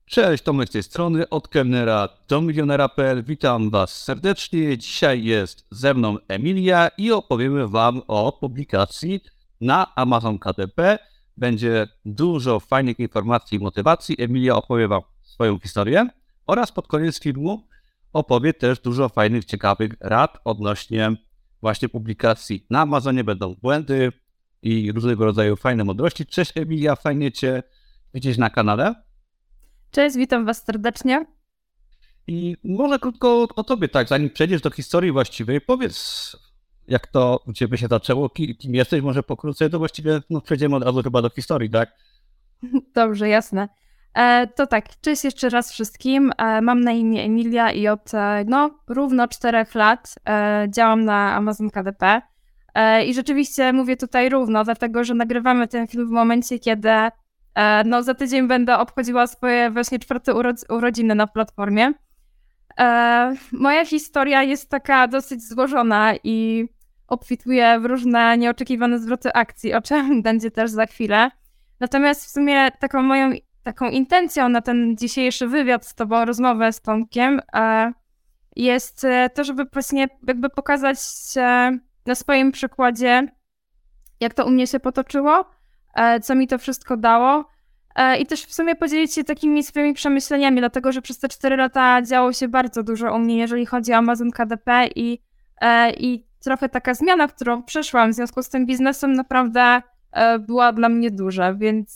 Cześć, Tomek z tej strony, od kelnera do milionera.pl. Witam Was serdecznie. Dzisiaj jest ze mną Emilia i opowiemy Wam o publikacji na Amazon KDP. Będzie dużo fajnych informacji i motywacji. Emilia opowie Wam swoją historię oraz pod koniec filmu opowie też dużo fajnych, ciekawych rad odnośnie właśnie publikacji na Amazonie. Będą błędy i różnego rodzaju fajne mądrości. Cześć Emilia, fajnie Cię widzieć na kanale. Cześć, witam Was serdecznie. I może krótko o Tobie, tak, zanim przejdziesz do historii właściwej, powiedz, jak to u Ciebie się zaczęło, kim jesteś, może pokrótce, to właściwie przejdziemy od razu chyba do historii, tak? Dobrze, jasne. To tak, cześć jeszcze raz wszystkim. Mam na imię Emilia i od równo 4 lat działam na Amazon KDP. I rzeczywiście mówię tutaj równo, dlatego że nagrywamy ten film w momencie, kiedy za tydzień będę obchodziła swoje właśnie 4. urodziny na platformie. Moja historia jest taka dosyć złożona i obfituje w różne nieoczekiwane zwroty akcji, o czym będzie też za chwilę. Natomiast w sumie taką intencją na ten dzisiejszy wywiad z Tobą, rozmowę z Tomkiem, jest to, żeby właśnie jakby pokazać na swoim przykładzie, jak to u mnie się potoczyło, co mi to wszystko dało i też w sumie podzielić się takimi swoimi przemyśleniami, dlatego że przez te 4 lata działo się bardzo dużo u mnie, jeżeli chodzi o Amazon KDP i trochę taka zmiana, którą przeszłam w związku z tym biznesem naprawdę była dla mnie duża,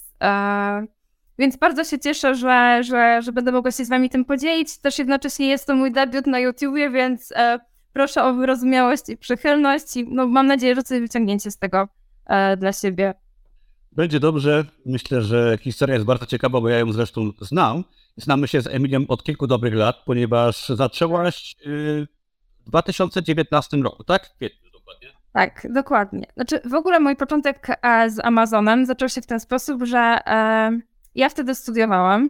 więc bardzo się cieszę, że będę mogła się z Wami tym podzielić. Też jednocześnie jest to mój debiut na YouTubie, więc proszę o wyrozumiałość i przychylność i mam nadzieję, że coś wyciągnięcie z tego dla siebie. Będzie dobrze. Myślę, że historia jest bardzo ciekawa, bo ja ją zresztą znam. Znamy się z Emilią od kilku dobrych lat, ponieważ zaczęłaś w 2019 roku, tak? W kwietniu dokładnie. Tak, dokładnie. Znaczy w ogóle mój początek z Amazonem zaczął się w ten sposób, że ja wtedy studiowałam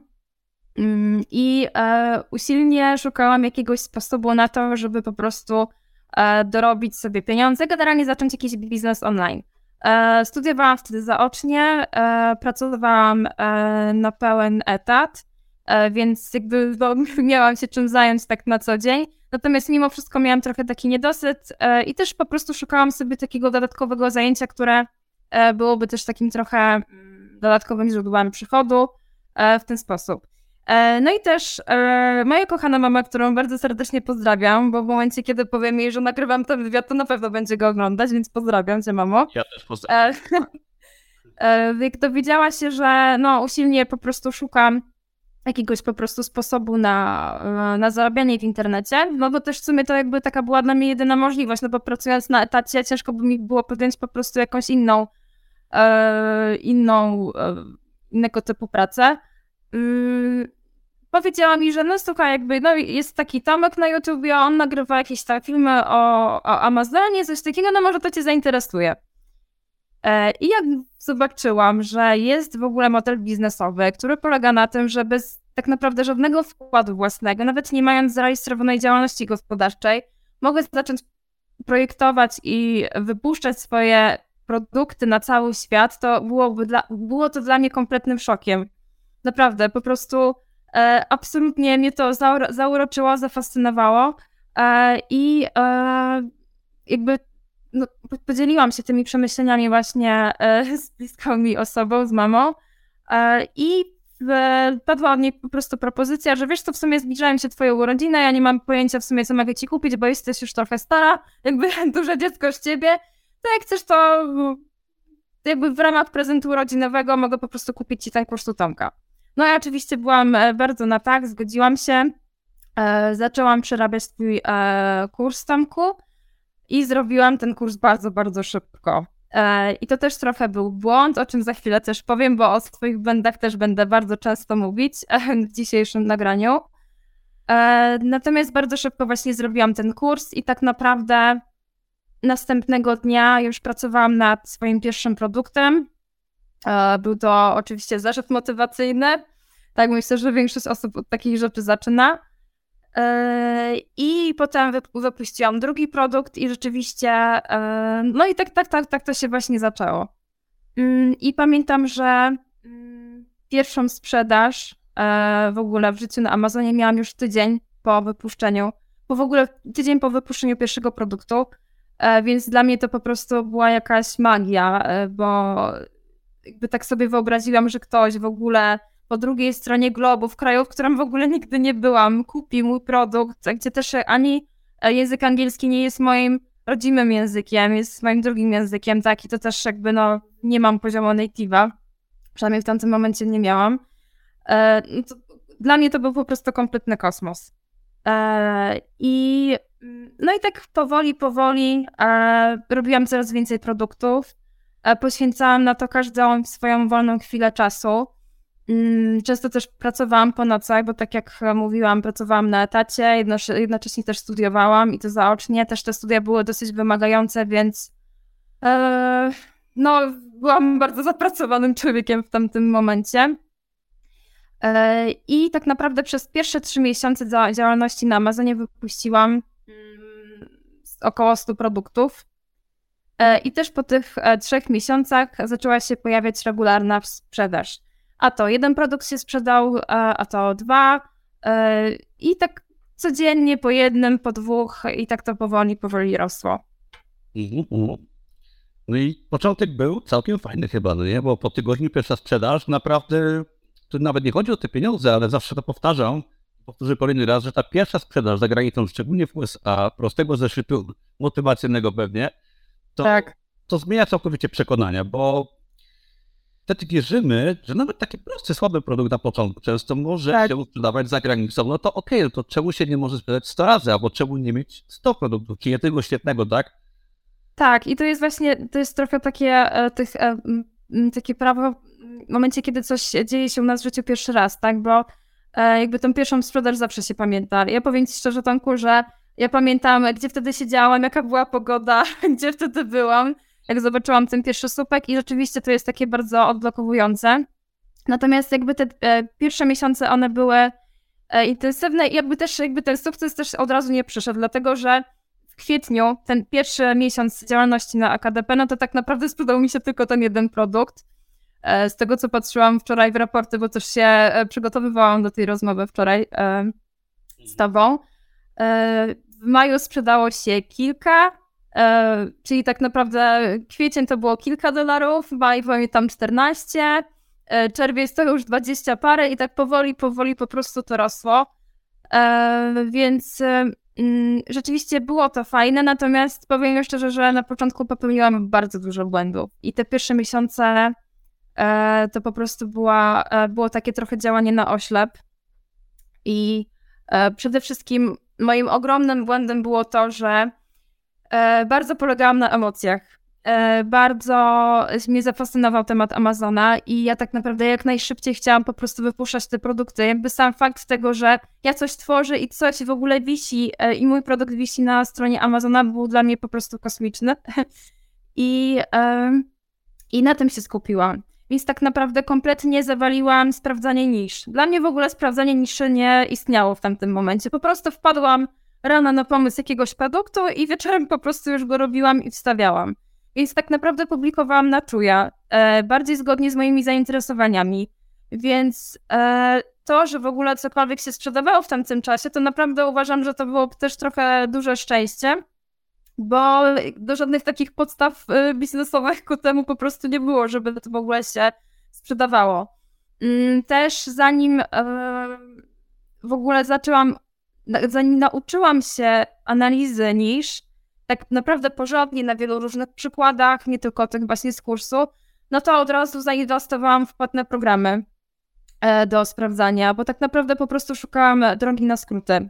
i usilnie szukałam jakiegoś sposobu na to, żeby po prostu dorobić sobie pieniądze, generalnie zacząć jakiś biznes online. Studiowałam wtedy zaocznie, pracowałam na pełen etat, więc jakby miałam się czym zająć tak na co dzień. Natomiast mimo wszystko miałam trochę taki niedosyt i też po prostu szukałam sobie takiego dodatkowego zajęcia, które byłoby też takim trochę dodatkowym źródłem przychodu w ten sposób. No i też moja kochana mama, którą bardzo serdecznie pozdrawiam, bo w momencie, kiedy powiem jej, że nagrywam ten wywiad, to na pewno będzie go oglądać, więc pozdrawiam cię, mamo. Ja też pozdrawiam. Jak dowiedziała się, że usilnie po prostu szukam jakiegoś po prostu sposobu na zarabianie w internecie, bo też w sumie to jakby taka była dla mnie jedyna możliwość, bo pracując na etacie ciężko by mi było podjąć po prostu jakąś innego typu pracę. Powiedziała mi, że słuchaj, jakby jest taki Tomek na YouTubie, on nagrywa jakieś tam filmy o Amazonie, coś takiego, może to cię zainteresuje. I jak zobaczyłam, że jest w ogóle model biznesowy, który polega na tym, że bez tak naprawdę żadnego wkładu własnego, nawet nie mając zarejestrowanej działalności gospodarczej, mogę zacząć projektować i wypuszczać swoje produkty na cały świat, to było to dla mnie kompletnym szokiem. Naprawdę, po prostu absolutnie mnie to zauroczyło, zafascynowało i jakby podzieliłam się tymi przemyśleniami właśnie z bliską mi osobą, z mamą i padła od niej po prostu propozycja, że wiesz co, w sumie zbliżają się twoje urodziny, ja nie mam pojęcia w sumie co mogę ci kupić, bo jesteś już trochę stara, jakby duże dziecko z ciebie, to jak chcesz to jakby w ramach prezentu urodzinowego mogę po prostu kupić ci ten kurs u Tomka. No ja oczywiście byłam bardzo na tak, zgodziłam się, zaczęłam przerabiać twój kurs Tomku i zrobiłam ten kurs bardzo, bardzo szybko. I to też trochę był błąd, o czym za chwilę też powiem, bo o swoich błędach też będę bardzo często mówić w dzisiejszym nagraniu. Natomiast bardzo szybko właśnie zrobiłam ten kurs i tak naprawdę następnego dnia już pracowałam nad swoim pierwszym produktem. Był to oczywiście zeszyt motywacyjny. Tak, myślę, że większość osób od takich rzeczy zaczyna. I potem wypuściłam drugi produkt i rzeczywiście, no i tak to się właśnie zaczęło. I pamiętam, że pierwszą sprzedaż w ogóle w życiu na Amazonie miałam już tydzień po wypuszczeniu, bo w ogóle tydzień po wypuszczeniu pierwszego produktu, więc dla mnie to po prostu była jakaś magia, bo jakby tak sobie wyobraziłam, że ktoś w ogóle po drugiej stronie globu, w kraju, w którym w ogóle nigdy nie byłam, kupi mój produkt, gdzie też ani język angielski nie jest moim rodzimym językiem, jest moim drugim językiem, tak, i to też jakby nie mam poziomu native'a, przynajmniej w tamtym momencie nie miałam. Dla mnie to był po prostu kompletny kosmos. I tak powoli robiłam coraz więcej produktów, poświęcałam na to każdą swoją wolną chwilę czasu. Często też pracowałam po nocach, bo tak jak mówiłam, pracowałam na etacie, jednocześnie też studiowałam i to zaocznie. Też te studia były dosyć wymagające, więc byłam bardzo zapracowanym człowiekiem w tamtym momencie. I tak naprawdę przez pierwsze 3 miesiące działalności na Amazonie wypuściłam około 100 produktów. I też po tych 3 miesiącach zaczęła się pojawiać regularna sprzedaż. A to 1 produkt się sprzedał, a to 2. I tak codziennie po 1, po 2 i tak to powoli rosło. No i początek był całkiem fajny chyba, no nie? Bo po tygodniu pierwsza sprzedaż naprawdę, tu nawet nie chodzi o te pieniądze, ale zawsze to powtórzę kolejny raz, że ta pierwsza sprzedaż za granicą, szczególnie w USA, prostego zeszytu motywacyjnego pewnie, to zmienia całkowicie przekonania, bo wtedy wierzymy, że nawet taki prosty, słaby produkt na początku często może się sprzedawać za granicą. No to okej, to czemu się nie może sprzedać 100 razy, albo czemu nie mieć 100 produktów, czy jednego świetnego, tak? Tak, i to jest właśnie, to jest trochę takie prawo w momencie, kiedy coś dzieje się u nas w życiu pierwszy raz, tak? Bo jakby tą pierwszą sprzedaż zawsze się pamięta. Ja powiem ci szczerze, Tomku, że ja pamiętam, gdzie wtedy siedziałam, jaka była pogoda, gdzie wtedy byłam, jak zobaczyłam ten pierwszy słupek i rzeczywiście to jest takie bardzo odblokowujące. Natomiast jakby te pierwsze miesiące one były intensywne i jakby ten sukces też od razu nie przyszedł, dlatego że w kwietniu, ten pierwszy miesiąc działalności na AKDP, no to tak naprawdę sprzedał mi się tylko ten 1 produkt. Z tego, co patrzyłam wczoraj w raporty, bo też się przygotowywałam do tej rozmowy wczoraj z tobą. W maju sprzedało się kilka, czyli tak naprawdę kwiecień to było kilka dolarów, maj pamiętam 14, czerwiec to już 20 parę i tak powoli po prostu to rosło. Więc rzeczywiście było to fajne, natomiast powiem szczerze, że na początku popełniłam bardzo dużo błędów i te pierwsze miesiące to po prostu było takie trochę działanie na oślep i przede wszystkim moim ogromnym błędem było to, że bardzo polegałam na emocjach. Bardzo mnie zafascynował temat Amazona i ja tak naprawdę jak najszybciej chciałam po prostu wypuszczać te produkty. Jakby sam fakt tego, że ja coś tworzę i coś w ogóle wisi i mój produkt wisi na stronie Amazona był dla mnie po prostu kosmiczny. I na tym się skupiłam. Więc tak naprawdę kompletnie zawaliłam sprawdzanie nisz. Dla mnie w ogóle sprawdzanie niszy nie istniało w tamtym momencie. Po prostu wpadłam rano na pomysł jakiegoś produktu i wieczorem po prostu już go robiłam i wstawiałam. Więc tak naprawdę publikowałam na czuja, bardziej zgodnie z moimi zainteresowaniami. Więc to, że w ogóle cokolwiek się sprzedawało w tamtym czasie, to naprawdę uważam, że to było też trochę duże szczęście, bo do żadnych takich podstaw biznesowych ku temu po prostu nie było, żeby to w ogóle się sprzedawało. Też zanim w ogóle zanim nauczyłam się analizy nisz, tak naprawdę porządnie na wielu różnych przykładach, nie tylko tych właśnie z kursu, no to od razu zainwestowałam w płatne programy do sprawdzania, bo tak naprawdę po prostu szukałam drogi na skróty.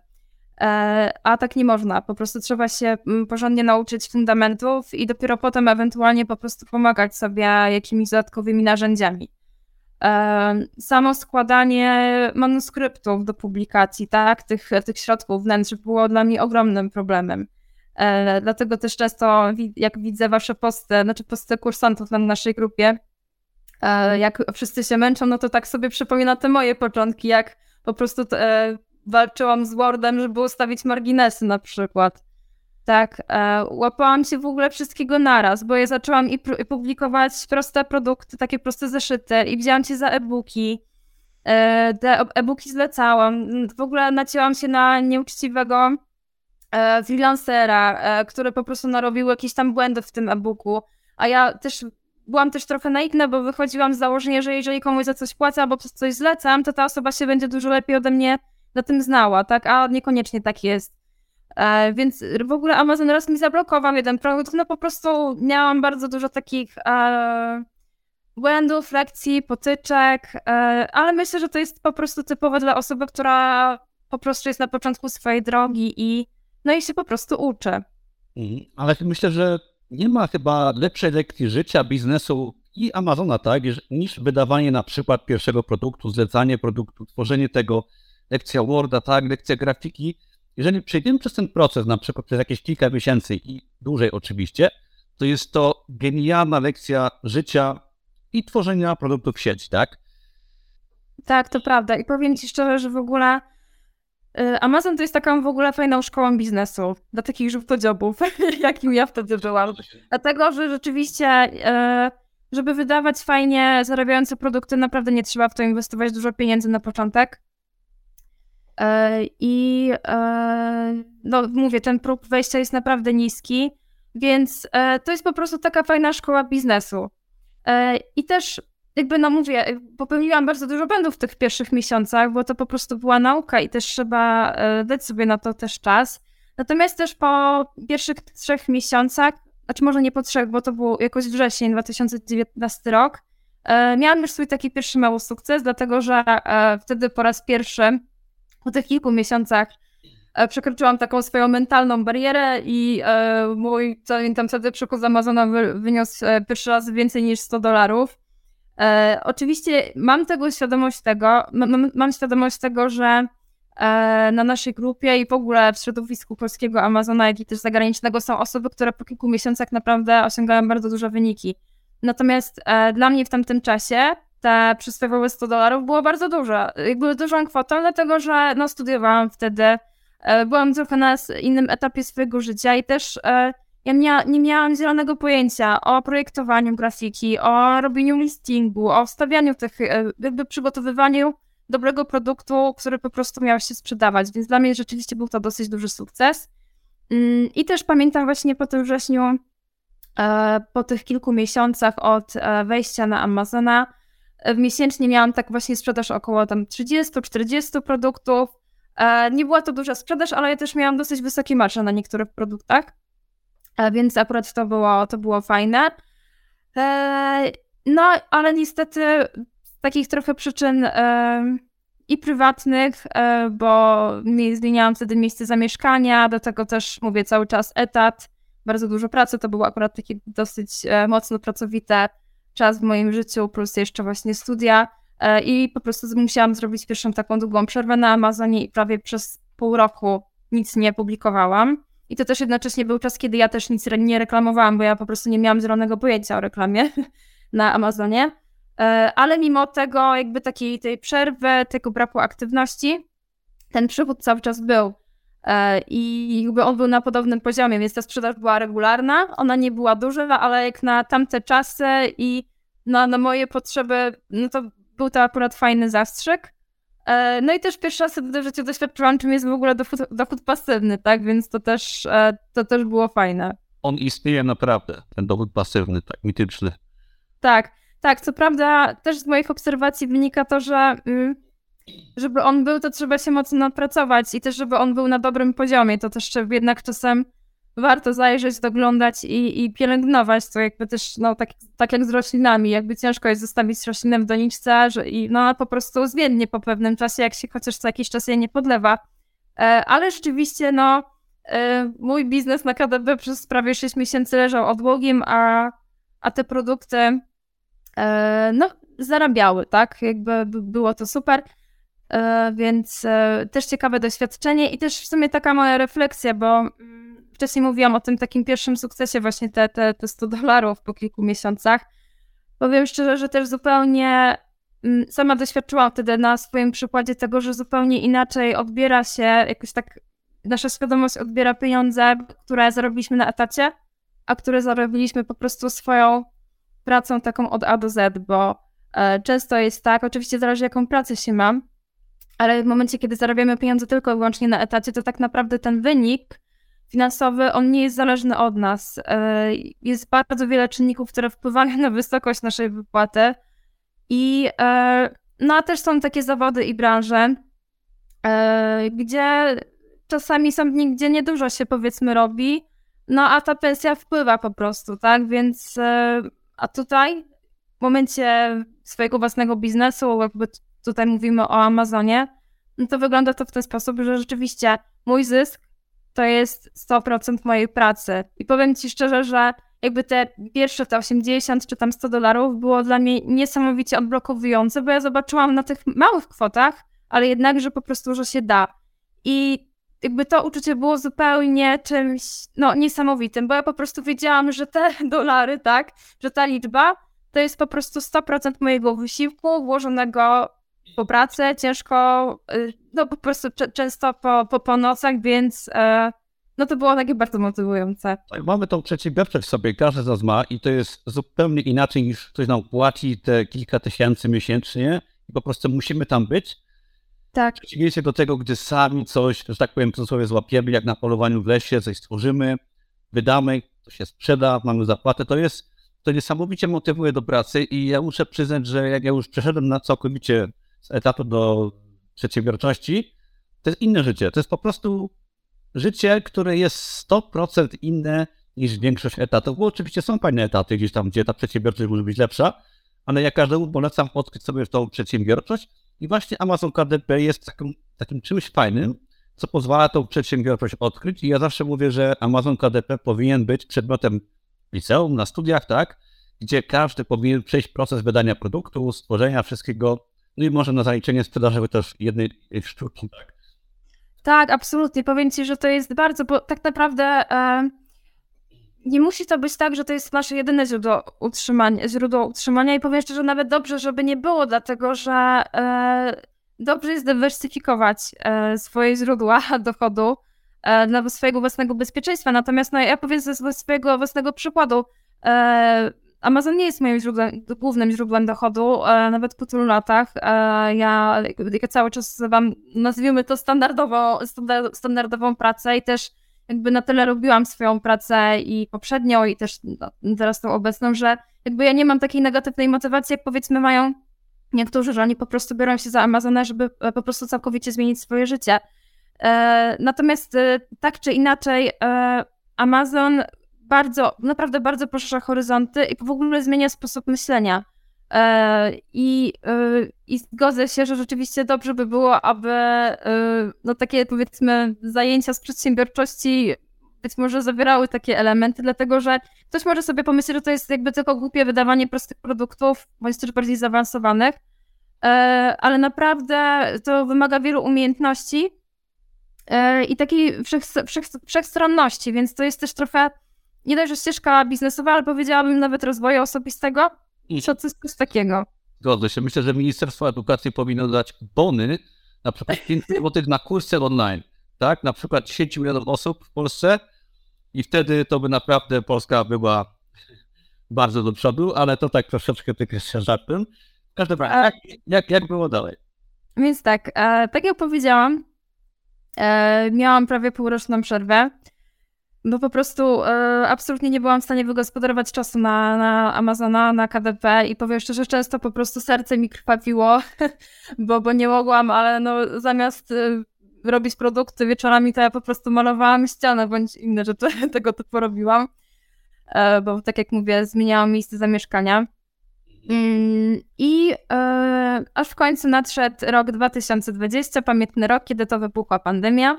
A tak nie można, po prostu trzeba się porządnie nauczyć fundamentów i dopiero potem ewentualnie po prostu pomagać sobie jakimiś dodatkowymi narzędziami. Samo składanie manuskryptów do publikacji, tak, tych środków wnętrz było dla mnie ogromnym problemem. Dlatego też często jak widzę wasze posty kursantów na naszej grupie, jak wszyscy się męczą, no to tak sobie przypomina te moje początki, jak po prostu walczyłam z Wordem, żeby ustawić marginesy na przykład. Tak, łapałam się w ogóle wszystkiego naraz, bo ja zaczęłam i publikować proste produkty, takie proste zeszyty i wzięłam się za e-booki te e-booki zlecałam. W ogóle nacięłam się na nieuczciwego freelancera, który po prostu narobił jakieś tam błędy w tym e-booku, a ja też byłam też trochę naiwna, bo wychodziłam z założenia, że jeżeli komuś za coś płacę albo przez coś zlecam, to ta osoba się będzie dużo lepiej ode mnie na tym znała, tak? A niekoniecznie tak jest. Więc w ogóle Amazon raz mi zablokował jeden produkt, no po prostu miałam bardzo dużo takich błędów, lekcji, potyczek, ale myślę, że to jest po prostu typowe dla osoby, która po prostu jest na początku swojej drogi i no i się po prostu uczy. Ale myślę, że nie ma chyba lepszej lekcji życia, biznesu i Amazona, tak, niż wydawanie na przykład pierwszego produktu, zlecanie produktu, tworzenie tego, lekcja Worda, tak, lekcja grafiki. Jeżeli przejdziemy przez ten proces, na przykład przez jakieś kilka miesięcy i dłużej oczywiście, to jest to genialna lekcja życia i tworzenia produktów w sieci, tak? Tak, to prawda. I powiem Ci szczerze, że w ogóle Amazon to jest taką w ogóle fajną szkołą biznesu dla takich żółtodziobów, jakim ja wtedy byłam. Dlatego, że rzeczywiście, żeby wydawać fajnie zarabiające produkty, naprawdę nie trzeba w to inwestować dużo pieniędzy na początek. No mówię, ten próg wejścia jest naprawdę niski, więc to jest po prostu taka fajna szkoła biznesu. I też jakby, no mówię, popełniłam bardzo dużo błędów w tych pierwszych miesiącach, bo to po prostu była nauka i też trzeba dać sobie na to też czas. Natomiast też po pierwszych 3 miesiącach, znaczy może nie po 3, bo to był jakoś wrzesień 2019 rok, miałam już swój taki pierwszy mały sukces, dlatego że wtedy po raz pierwszy po tych kilku miesiącach przekroczyłam taką swoją mentalną barierę i mój, pamiętam wtedy przychód z Amazona wyniósł pierwszy raz więcej niż $100. Oczywiście mam świadomość tego, że na naszej grupie i w ogóle w środowisku polskiego Amazona, jak i też zagranicznego są osoby, które po kilku miesiącach naprawdę osiągają bardzo duże wyniki. Natomiast dla mnie w tamtym czasie te przysłowiowe $100 było bardzo dużo. Były dużą kwotą, dlatego że no, studiowałam wtedy, byłam trochę na innym etapie swojego życia i też ja nie miałam zielonego pojęcia o projektowaniu grafiki, o robieniu listingu, o wstawianiu tych, jakby przygotowywaniu dobrego produktu, który po prostu miał się sprzedawać, więc dla mnie rzeczywiście był to dosyć duży sukces. I też pamiętam właśnie po tym wrześniu, po tych kilku miesiącach od wejścia na Amazona, miesięcznie miałam tak właśnie sprzedaż około tam 30-40 produktów. Nie była to duża sprzedaż, ale ja też miałam dosyć wysokie marże na niektórych produktach, więc akurat to było fajne. No, ale niestety z takich trochę przyczyn i prywatnych, bo zmieniałam wtedy miejsce zamieszkania, do tego też mówię cały czas etat, bardzo dużo pracy, to było akurat takie dosyć mocno pracowite czas w moim życiu, plus jeszcze właśnie studia i po prostu musiałam zrobić pierwszą taką długą przerwę na Amazonie i prawie przez pół roku nic nie publikowałam. I to też jednocześnie był czas, kiedy ja też nic nie reklamowałam, bo ja po prostu nie miałam zielonego pojęcia o reklamie na Amazonie. Ale mimo tego jakby tej przerwy, tego braku aktywności, ten przychód cały czas był. I jakby on był na podobnym poziomie, więc ta sprzedaż była regularna, ona nie była duża, ale jak na tamte czasy i na moje potrzeby, no to był to akurat fajny zastrzyk. No i też pierwszy raz w życiu doświadczyłam, czym jest w ogóle dochód pasywny, tak, więc to też było fajne. On istnieje naprawdę, ten dochód pasywny, tak, mityczny. Tak, co prawda też z moich obserwacji wynika to, że żeby on był, to trzeba się mocno napracować i też żeby on był na dobrym poziomie, to też jednak czasem warto zajrzeć, doglądać i pielęgnować, to jakby też, no tak jak z roślinami, jakby ciężko jest zostawić roślinę w doniczce i no po prostu zwiędnie po pewnym czasie, jak się chociaż co jakiś czas jej nie podlewa. Ale rzeczywiście, no mój biznes na KDP przez prawie 6 miesięcy leżał odłogiem, a te produkty no zarabiały, tak, jakby było to super. Więc też ciekawe doświadczenie i też w sumie taka moja refleksja, bo wcześniej mówiłam o tym takim pierwszym sukcesie, właśnie te $100 po kilku miesiącach. Powiem szczerze, że też zupełnie sama doświadczyłam wtedy na swoim przykładzie tego, że zupełnie inaczej odbiera się, jakoś tak nasza świadomość odbiera pieniądze, które zarobiliśmy na etacie, a które zarobiliśmy po prostu swoją pracą taką od A do Z, bo Często jest tak, oczywiście zależy jaką pracę się mam, ale w momencie, kiedy zarabiamy pieniądze tylko i wyłącznie na etacie, to tak naprawdę ten wynik finansowy, on nie jest zależny od nas. Jest bardzo wiele czynników, które wpływają na wysokość naszej wypłaty no a też są takie zawody i branże, gdzie czasami są dni, gdzie niedużo się powiedzmy robi, no a ta pensja wpływa po prostu, tak, więc a tutaj w momencie swojego własnego biznesu, jakby tutaj mówimy o Amazonie, no to wygląda to w ten sposób, że rzeczywiście mój zysk to jest 100% mojej pracy. I powiem Ci szczerze, że jakby te pierwsze te 80 czy tam $100 było dla mnie niesamowicie odblokowujące, bo ja zobaczyłam na tych małych kwotach, ale jednak, że po prostu, że się da. I jakby to uczucie było zupełnie czymś, no, niesamowitym, bo ja po prostu wiedziałam, że te dolary, tak, że ta liczba to jest po prostu 100% mojego wysiłku włożonego po pracę, ciężko, no po prostu często po nocach, więc no to było takie bardzo motywujące. Mamy tą przedsiębiorczość w sobie, każdy z nas ma i to jest zupełnie inaczej niż ktoś nam płaci te kilka tysięcy miesięcznie i po prostu musimy tam być. Tak. W przeciwieństwie do tego, gdy sami coś, że tak powiem, w cudzysłowie złapiemy, jak na polowaniu w lesie, coś stworzymy, wydamy, to się sprzeda, mamy zapłatę, to niesamowicie motywuje do pracy i ja muszę przyznać, że jak ja już przeszedłem na całkowicie z etatu do przedsiębiorczości, to jest inne życie. To jest po prostu życie, które jest 100% inne niż większość etatów, bo oczywiście są fajne etaty gdzieś tam, gdzie ta przedsiębiorczość może być lepsza, ale ja każdemu polecam odkryć sobie w tą przedsiębiorczość i właśnie Amazon KDP jest takim czymś fajnym, co pozwala tą przedsiębiorczość odkryć i ja zawsze mówię, że Amazon KDP powinien być przedmiotem liceum, na studiach, tak, gdzie każdy powinien przejść proces wydania produktu, stworzenia wszystkiego, no i może na zaliczenie sprzedaży też jednej sztuki, tak. Tak, absolutnie. Powiem Ci, że to jest bardzo, bo tak naprawdę nie musi to być tak, że to jest nasze jedyne źródło utrzymania i powiem szczerze, nawet dobrze, żeby nie było, dlatego że dobrze jest dywersyfikować swoje źródła dochodu dla swojego własnego bezpieczeństwa. Natomiast no, ja powiem ze swojego własnego przykładu, Amazon nie jest moim głównym źródłem dochodu, nawet po tylu latach. Ja cały czas mam, nazwijmy to standardową pracę i też jakby na tyle lubiłam swoją pracę i poprzednią i też teraz tą obecną, że jakby ja nie mam takiej negatywnej motywacji, jak powiedzmy mają niektórzy, że oni po prostu biorą się za Amazona, żeby po prostu całkowicie zmienić swoje życie. Natomiast tak czy inaczej Amazon naprawdę bardzo poszerza horyzonty i w ogóle zmienia sposób myślenia. I zgodzę się, że rzeczywiście dobrze by było, aby no takie powiedzmy zajęcia z przedsiębiorczości być może zawierały takie elementy, dlatego że ktoś może sobie pomyśleć, że to jest jakby tylko głupie wydawanie prostych produktów, bądź też bardziej zaawansowanych, ale naprawdę to wymaga wielu umiejętności i takiej wszechstronności, więc to jest też trochę nie dość, że ścieżka biznesowa, ale powiedziałabym nawet rozwoju osobistego, co coś takiego. Zgodzę się. Myślę, że Ministerstwo Edukacji powinno dać bony, na przykład 500 zł na kursy online, tak? Na przykład 10 milionów osób w Polsce i wtedy to by naprawdę Polska była bardzo do przodu, ale to tak troszeczkę tylko jeszcze żartem. W każdym razie, jak było dalej? Więc tak, tak jak powiedziałam, miałam prawie półroczną przerwę, bo po prostu absolutnie nie byłam w stanie wygospodarować czasu na Amazona, na KDP i powiem szczerze, często po prostu serce mi krwawiło, bo nie mogłam, ale no zamiast robić produkty wieczorami, to ja po prostu malowałam ścianę bądź inne rzeczy tego typu robiłam, bo tak jak mówię, zmieniałam miejsce zamieszkania. I aż w końcu nadszedł rok 2020, pamiętny rok, kiedy to wybuchła pandemia.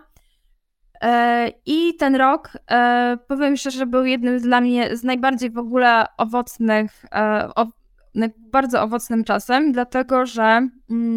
I ten rok, powiem szczerze, był jednym dla mnie z najbardziej w ogóle owocnych, bardzo owocnym czasem, dlatego że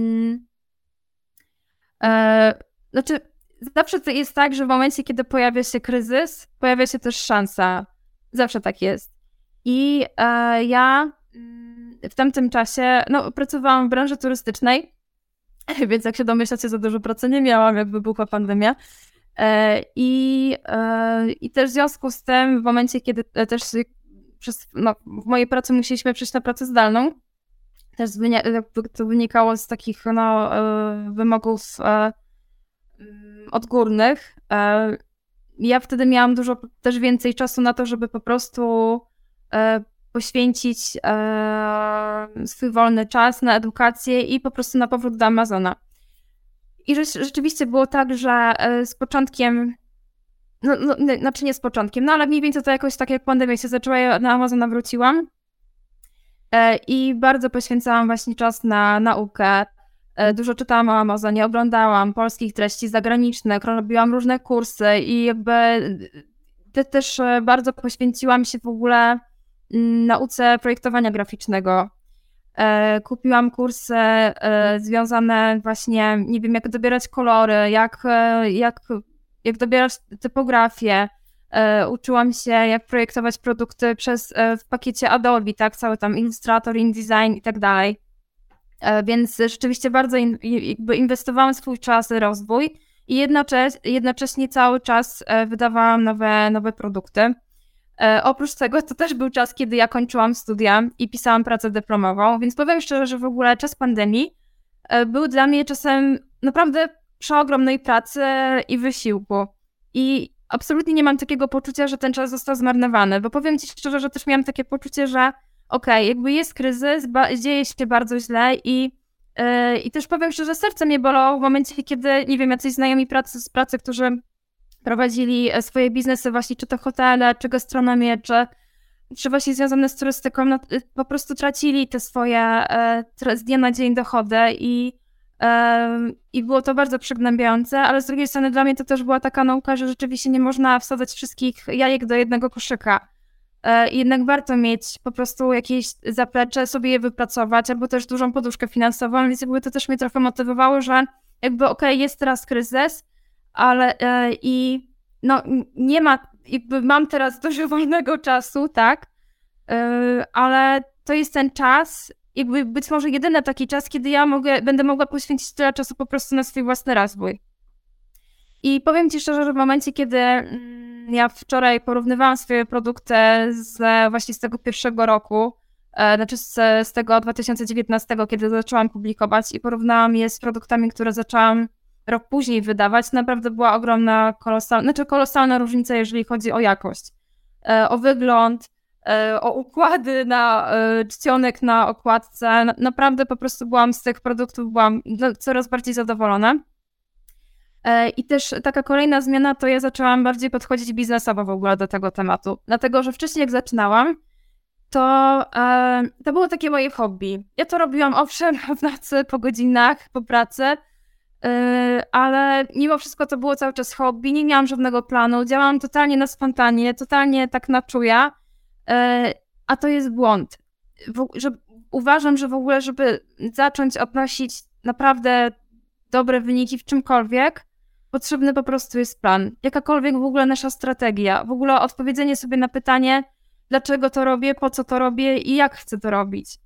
znaczy zawsze to jest tak, że w momencie, kiedy pojawia się kryzys, pojawia się też szansa. Zawsze tak jest. I ja w tamtym czasie pracowałam w branży turystycznej, więc jak się domyślacie, za dużo pracy nie miałam, jak wybuchła pandemia. I też w związku z tym, w momencie, kiedy też w mojej pracy musieliśmy przejść na pracę zdalną, też to wynikało z takich wymogów odgórnych. Ja wtedy miałam dużo też więcej czasu na to, żeby po prostu poświęcić swój wolny czas na edukację i po prostu na powrót do Amazona. I rzeczywiście było tak, że z początkiem, znaczy nie z początkiem, ale mniej więcej to jakoś tak jak pandemia się zaczęła, ja na Amazona wróciłam i bardzo poświęcałam właśnie czas na naukę. Dużo czytałam o Amazonie, oglądałam polskich treści zagranicznych, robiłam różne kursy i jakby też bardzo poświęciłam się w ogóle nauce projektowania graficznego. Kupiłam kursy związane właśnie, nie wiem, jak dobierać kolory, jak dobierać typografię. Uczyłam się, jak projektować produkty w pakiecie Adobe, tak, cały tam Illustrator, InDesign i tak dalej. Więc rzeczywiście bardzo jakby inwestowałam swój czas w rozwój i jednocześnie cały czas wydawałam nowe produkty. Oprócz tego to też był czas, kiedy ja kończyłam studia i pisałam pracę dyplomową, więc powiem szczerze, że w ogóle czas pandemii był dla mnie czasem naprawdę przeogromnej pracy i wysiłku. I absolutnie nie mam takiego poczucia, że ten czas został zmarnowany, bo powiem ci szczerze, że też miałam takie poczucie, że jakby jest kryzys, dzieje się bardzo źle i też powiem szczerze, serce mnie bolało w momencie, kiedy, nie wiem, jacyś znajomi z pracy, którzy prowadzili swoje biznesy właśnie, czy to hotele, czy gastronomię, czy właśnie związane z turystyką, po prostu tracili te swoje z dnia na dzień dochody i było to bardzo przygnębiające, ale z drugiej strony dla mnie to też była taka nauka, że rzeczywiście nie można wsadzać wszystkich jajek do jednego koszyka. Jednak warto mieć po prostu jakieś zaplecze, sobie je wypracować, albo też dużą poduszkę finansową, więc jakby to też mnie trochę motywowało, że jakby jest teraz kryzys, ale nie ma, jakby mam teraz dużo wolnego czasu, tak, ale to jest ten czas, jakby być może jedyny taki czas, kiedy ja będę mogła poświęcić tyle czasu po prostu na swój własny rozwój. I powiem ci szczerze, że w momencie, kiedy ja wczoraj porównywałam swoje produkty właśnie z tego pierwszego roku, znaczy z tego 2019, kiedy zaczęłam publikować i porównałam je z produktami, które zaczęłam rok później wydawać, naprawdę była ogromna, kolosalna różnica, jeżeli chodzi o jakość, o wygląd, o układy czcionek na okładce. Naprawdę po prostu byłam z tych produktów, coraz bardziej zadowolona. I też taka kolejna zmiana, to ja zaczęłam bardziej podchodzić biznesowo w ogóle do tego tematu. Dlatego, że wcześniej jak zaczynałam, to było takie moje hobby. Ja to robiłam owszem w nocy, po godzinach, po pracy, ale mimo wszystko to było cały czas hobby, nie miałam żadnego planu, działałam totalnie na spontanie, totalnie tak na czuja, a to jest błąd. Uważam, że w ogóle, żeby zacząć odnosić naprawdę dobre wyniki w czymkolwiek, potrzebny po prostu jest plan. Jakakolwiek w ogóle nasza strategia, w ogóle odpowiedzenie sobie na pytanie, dlaczego to robię, po co to robię i jak chcę to robić.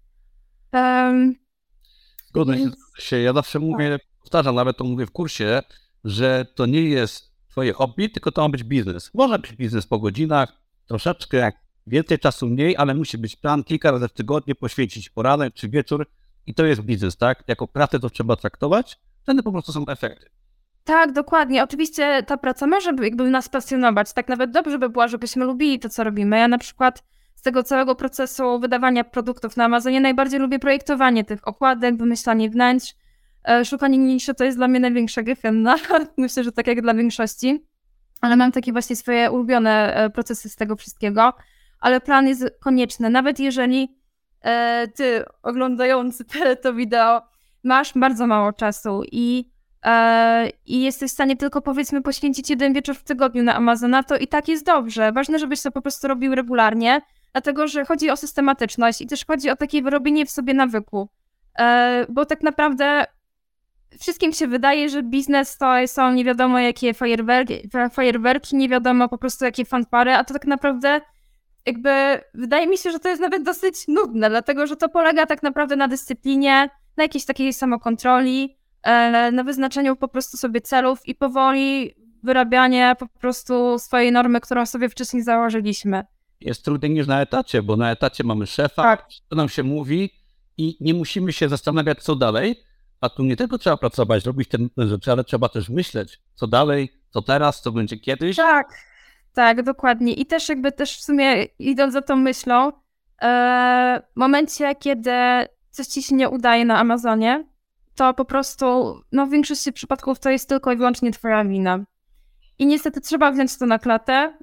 Zgodzę się. Ja zawsze mówię, powtarzam, nawet to mówię w kursie, że to nie jest twoje hobby, tylko to ma być biznes. Może być biznes po godzinach, troszeczkę więcej czasu mniej, ale musi być plan, kilka razy w tygodniu poświęcić poranek czy wieczór i to jest biznes, tak? Jako pracę to trzeba traktować, wtedy po prostu są efekty. Tak, dokładnie. Oczywiście ta praca może jakby nas pasjonować. Tak nawet dobrze by było, żebyśmy lubili to, co robimy. Ja na przykład z tego całego procesu wydawania produktów na Amazonie najbardziej lubię projektowanie tych okładek, wymyślanie wnętrz. Szukanie niszy to jest dla mnie największa gehenna. Myślę, że tak jak dla większości. Ale mam takie właśnie swoje ulubione procesy z tego wszystkiego. Ale plan jest konieczny. Nawet jeżeli ty oglądający to wideo masz bardzo mało czasu i jesteś w stanie tylko powiedzmy poświęcić jeden wieczór w tygodniu na Amazona, to i tak jest dobrze. Ważne, żebyś to po prostu robił regularnie, dlatego że chodzi o systematyczność i też chodzi o takie wyrobienie w sobie nawyku. Bo tak naprawdę wszystkim się wydaje, że biznes to są nie wiadomo jakie fajerwerki, nie wiadomo po prostu jakie fanfary, a to tak naprawdę jakby wydaje mi się, że to jest nawet dosyć nudne, dlatego że to polega tak naprawdę na dyscyplinie, na jakiejś takiej samokontroli, na wyznaczeniu po prostu sobie celów i powoli wyrabianie po prostu swojej normy, którą sobie wcześniej założyliśmy. Jest trudniej niż na etacie, bo na etacie mamy szefa, tak. co nam się mówi i nie musimy się zastanawiać, co dalej, a tu nie tylko trzeba pracować, robić te rzeczy, ale trzeba też myśleć, co dalej, co teraz, co będzie kiedyś. Tak, dokładnie. I też jakby też w sumie idąc za tą myślą, w momencie, kiedy coś ci się nie udaje na Amazonie, to po prostu, no w większości przypadków to jest tylko i wyłącznie twoja wina. I niestety trzeba wziąć to na klatę,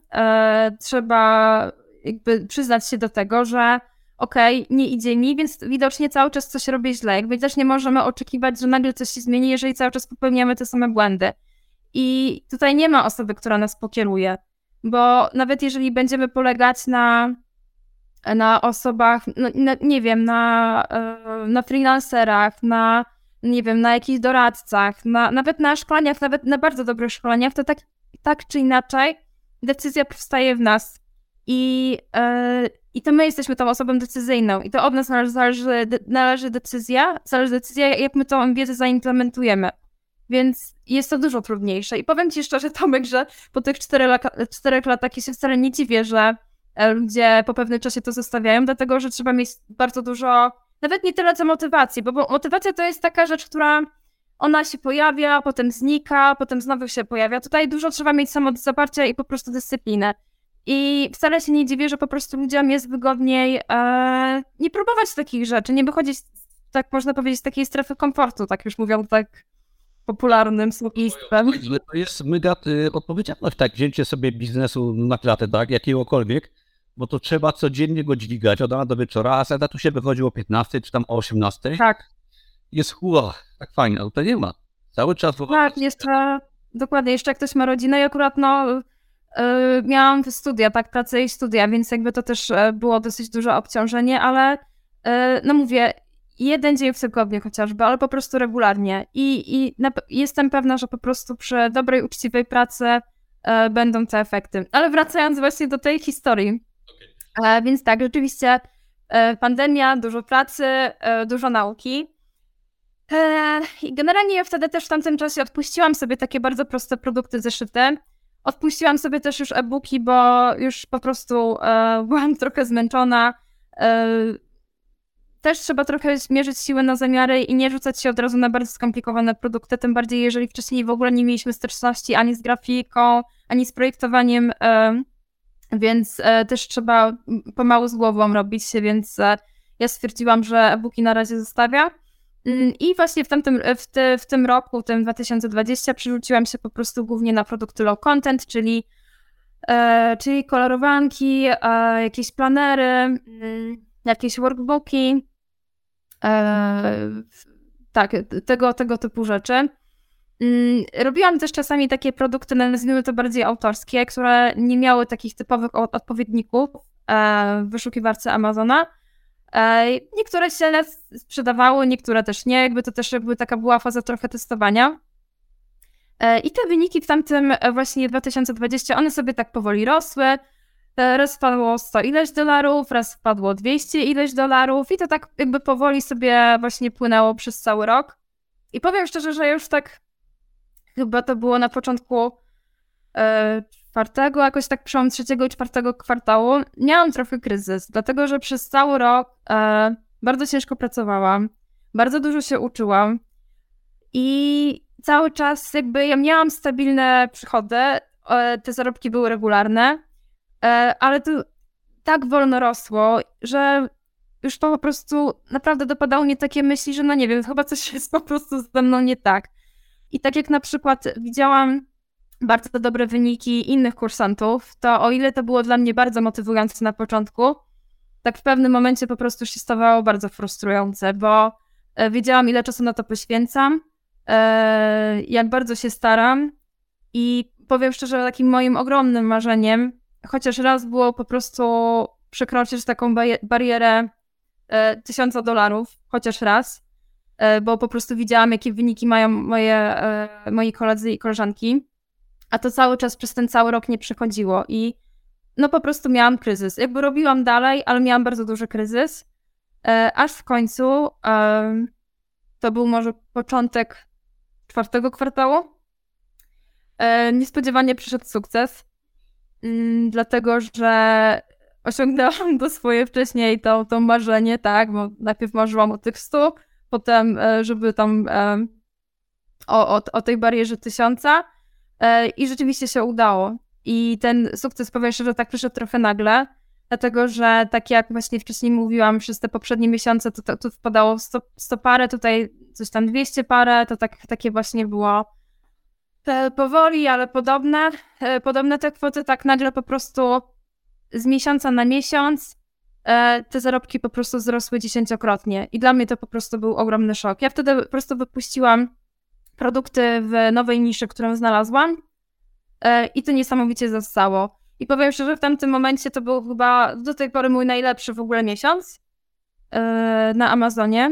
trzeba jakby przyznać się do tego, że okej, nie idzie mi, więc widocznie cały czas coś robię źle. Jakby też nie możemy oczekiwać, że nagle coś się zmieni, jeżeli cały czas popełniamy te same błędy. I tutaj nie ma osoby, która nas pokieruje, bo nawet jeżeli będziemy polegać na osobach, no, nie wiem, na freelancerach, nie wiem, na jakichś doradcach, nawet na szkoleniach, nawet na bardzo dobrych szkoleniach, to tak czy inaczej decyzja powstaje w nas. I to my jesteśmy tą osobą decyzyjną i to od nas zależy decyzja, jak my tą wiedzę zaimplementujemy. Więc jest to dużo trudniejsze. I powiem ci szczerze, Tomek, że po tych 4 latach ja się wcale nie dziwię, że ludzie po pewnym czasie to zostawiają, dlatego że trzeba mieć bardzo dużo, nawet nie tyle co motywacji, bo motywacja to jest taka rzecz, która ona się pojawia, potem znika, potem znowu się pojawia. Tutaj dużo trzeba mieć samozaparcia i po prostu dyscyplinę. I wcale się nie dziwię, że po prostu ludziom jest wygodniej nie próbować takich rzeczy, nie wychodzić, tak można powiedzieć, z takiej strefy komfortu, tak już mówią tak popularnym słownictwem. To jest mega odpowiedzialność, tak, wzięcie sobie biznesu na klatę, tak, jakiegokolwiek, bo to trzeba codziennie go dźwigać od rana do wieczora, a sada tu się wychodził o 15 czy tam o 18. Tak. Jest tak fajnie, ale to nie ma. Cały czas... Tak, dokładnie, jeszcze jak ktoś ma rodzinę i akurat miałam studia, tak, pracę i studia, więc jakby to też było dosyć duże obciążenie, ale no mówię, 1 dzień w tygodniu chociażby, ale po prostu regularnie. I jestem pewna, że po prostu przy dobrej, uczciwej pracy będą te efekty. Ale wracając właśnie do tej historii. Więc tak, rzeczywiście pandemia, dużo pracy, dużo nauki. I generalnie ja wtedy też w tamtym czasie odpuściłam sobie takie bardzo proste produkty zeszyte. Odpuściłam sobie też już e-booki, bo już po prostu byłam trochę zmęczona. Też trzeba trochę mierzyć siły na zamiary i nie rzucać się od razu na bardzo skomplikowane produkty, tym bardziej jeżeli wcześniej w ogóle nie mieliśmy styczności ani z grafiką, ani z projektowaniem, więc też trzeba pomału z głową robić się, więc ja stwierdziłam, że e-booki na razie zostawiam. I właśnie w tym roku, tym 2020, przerzuciłam się po prostu głównie na produkty low content, czyli kolorowanki, jakieś planery, jakieś workbooki, tak, tego typu rzeczy. Robiłam też czasami takie produkty, nazwijmy to bardziej autorskie, które nie miały takich typowych odpowiedników w wyszukiwarce Amazona. Niektóre się sprzedawały, niektóre też nie, jakby to też taka była faza trochę testowania. I te wyniki w tamtym właśnie 2020, one sobie tak powoli rosły. Raz wpadło 100 ileś dolarów, raz wpadło 200 ileś dolarów i to tak jakby powoli sobie właśnie płynęło przez cały rok. I powiem szczerze, że już tak chyba to było na początku czwartego, jakoś tak przełom 3. i 4. kwartału, miałam trochę kryzys, dlatego że przez cały rok bardzo ciężko pracowałam, bardzo dużo się uczyłam i cały czas jakby ja miałam stabilne przychody, te zarobki były regularne, ale to tak wolno rosło, że już po prostu naprawdę dopadały mnie takie myśli, że no nie wiem, chyba coś jest po prostu ze mną nie tak. I tak jak na przykład widziałam bardzo dobre wyniki innych kursantów, to o ile to było dla mnie bardzo motywujące na początku, tak w pewnym momencie po prostu się stawało bardzo frustrujące, bo wiedziałam, ile czasu na to poświęcam, jak bardzo się staram i powiem szczerze, takim moim ogromnym marzeniem, chociaż raz było po prostu przekroczyć taką barierę $1000, chociaż raz, bo po prostu widziałam, jakie wyniki mają moi koledzy i koleżanki, a to cały czas przez ten cały rok nie przychodziło i no po prostu miałam kryzys. Jakby robiłam dalej, ale miałam bardzo duży kryzys, aż w końcu to był może początek 4. kwartału. Niespodziewanie przyszedł sukces, dlatego że osiągnęłam to swoje wcześniej, to marzenie, tak, bo najpierw marzyłam o tych 100, potem, żeby tam o tej barierze 1000 i rzeczywiście się udało. I ten sukces, powiem szczerze, tak przyszedł trochę nagle, dlatego że tak jak właśnie wcześniej mówiłam, przez te poprzednie miesiące to wpadało 100 parę, tutaj coś tam 200 parę, to takie właśnie było powoli, ale podobne te kwoty, tak nagle po prostu z miesiąca na miesiąc te zarobki po prostu wzrosły 10-krotnie i dla mnie to po prostu był ogromny szok. Ja wtedy po prostu wypuściłam produkty w nowej niszy, którą znalazłam i to niesamowicie zastało. I powiem szczerze, w tamtym momencie to był chyba do tej pory mój najlepszy w ogóle miesiąc na Amazonie.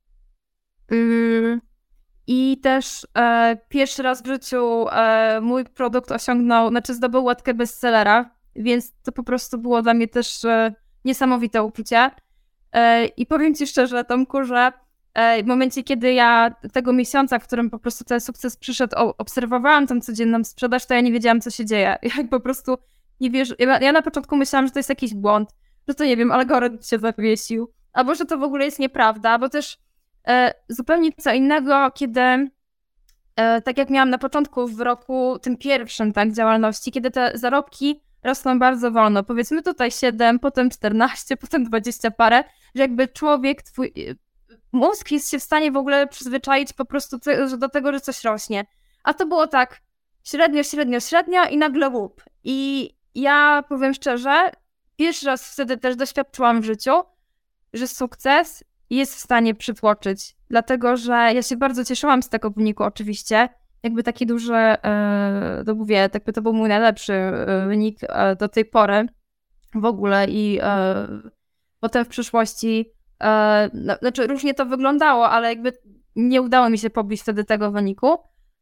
I też pierwszy raz w życiu mój produkt zdobył łatkę bestsellera, więc to po prostu było dla mnie też niesamowite uczucie. I powiem Ci szczerze, Tomku, że w momencie, kiedy ja tego miesiąca, w którym po prostu ten sukces przyszedł, obserwowałam tą codzienną sprzedaż, to ja nie wiedziałam, co się dzieje. Jak po prostu nie wiesz, ja na początku myślałam, że to jest jakiś błąd, że to nie wiem, algorytm się zawiesił, albo że to w ogóle jest nieprawda, bo też zupełnie co innego, kiedy tak jak miałam na początku w roku tym pierwszym tak działalności, kiedy te zarobki rosną bardzo wolno, powiedzmy tutaj 7, potem 14, potem 20 parę, że jakby człowiek, twój mózg jest się w stanie w ogóle przyzwyczaić po prostu do tego, że coś rośnie. A to było tak średnio i nagle łup. I ja powiem szczerze, pierwszy raz wtedy też doświadczyłam w życiu, że sukces jest w stanie przytłoczyć. Dlatego, że ja się bardzo cieszyłam z tego wyniku oczywiście. Jakby taki duży, to mówię, jakby to był mój najlepszy wynik do tej pory w ogóle i potem w przyszłości znaczy różnie to wyglądało, ale jakby nie udało mi się pobić wtedy tego wyniku.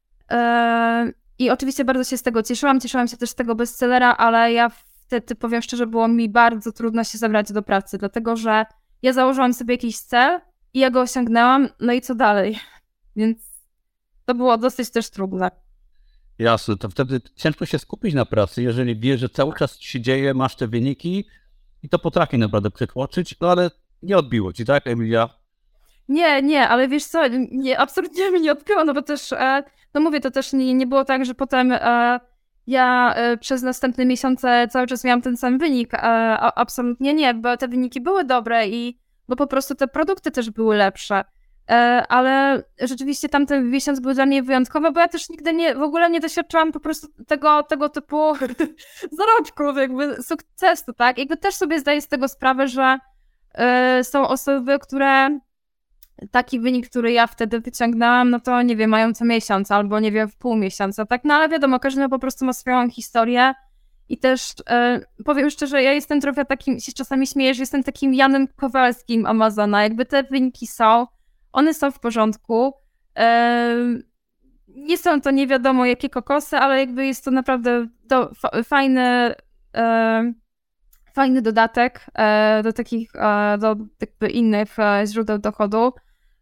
I oczywiście bardzo się z tego cieszyłam się też z tego bestsellera, ale ja wtedy, powiem szczerze, było mi bardzo trudno się zabrać do pracy, dlatego że ja założyłam sobie jakiś cel i ja go osiągnęłam, no i co dalej? Więc to było dosyć też trudne. Jasne, to wtedy ciężko się skupić na pracy, jeżeli wiesz, że cały czas się dzieje, masz te wyniki i to potrafi naprawdę przytłoczyć, no ale nie odbiło ci, tak, Emilia? Nie, ale wiesz co, absolutnie mnie nie odbiło, no bo też, no mówię, to też nie było tak, że potem ja przez następne miesiące cały czas miałam ten sam wynik, absolutnie nie, bo te wyniki były dobre i bo po prostu te produkty też były lepsze, ale rzeczywiście tamten miesiąc był dla mnie wyjątkowy, bo ja też nigdy w ogóle nie doświadczyłam po prostu tego typu zarobków, jakby sukcesu, tak, jakby też sobie zdaję z tego sprawę, że są osoby, które taki wynik, który ja wtedy wyciągnęłam, no to nie wiem, mają co miesiąc albo nie wiem, w pół miesiąca, tak? No ale wiadomo, każdy po prostu ma swoją historię i też powiem szczerze, ja jestem trochę takim, się czasami śmieję, że jestem takim Janem Kowalskim Amazona, jakby te wyniki one są w porządku, nie są to nie wiadomo jakie kokosy, ale jakby jest to naprawdę fajny dodatek do takich, do jakby innych źródeł dochodu.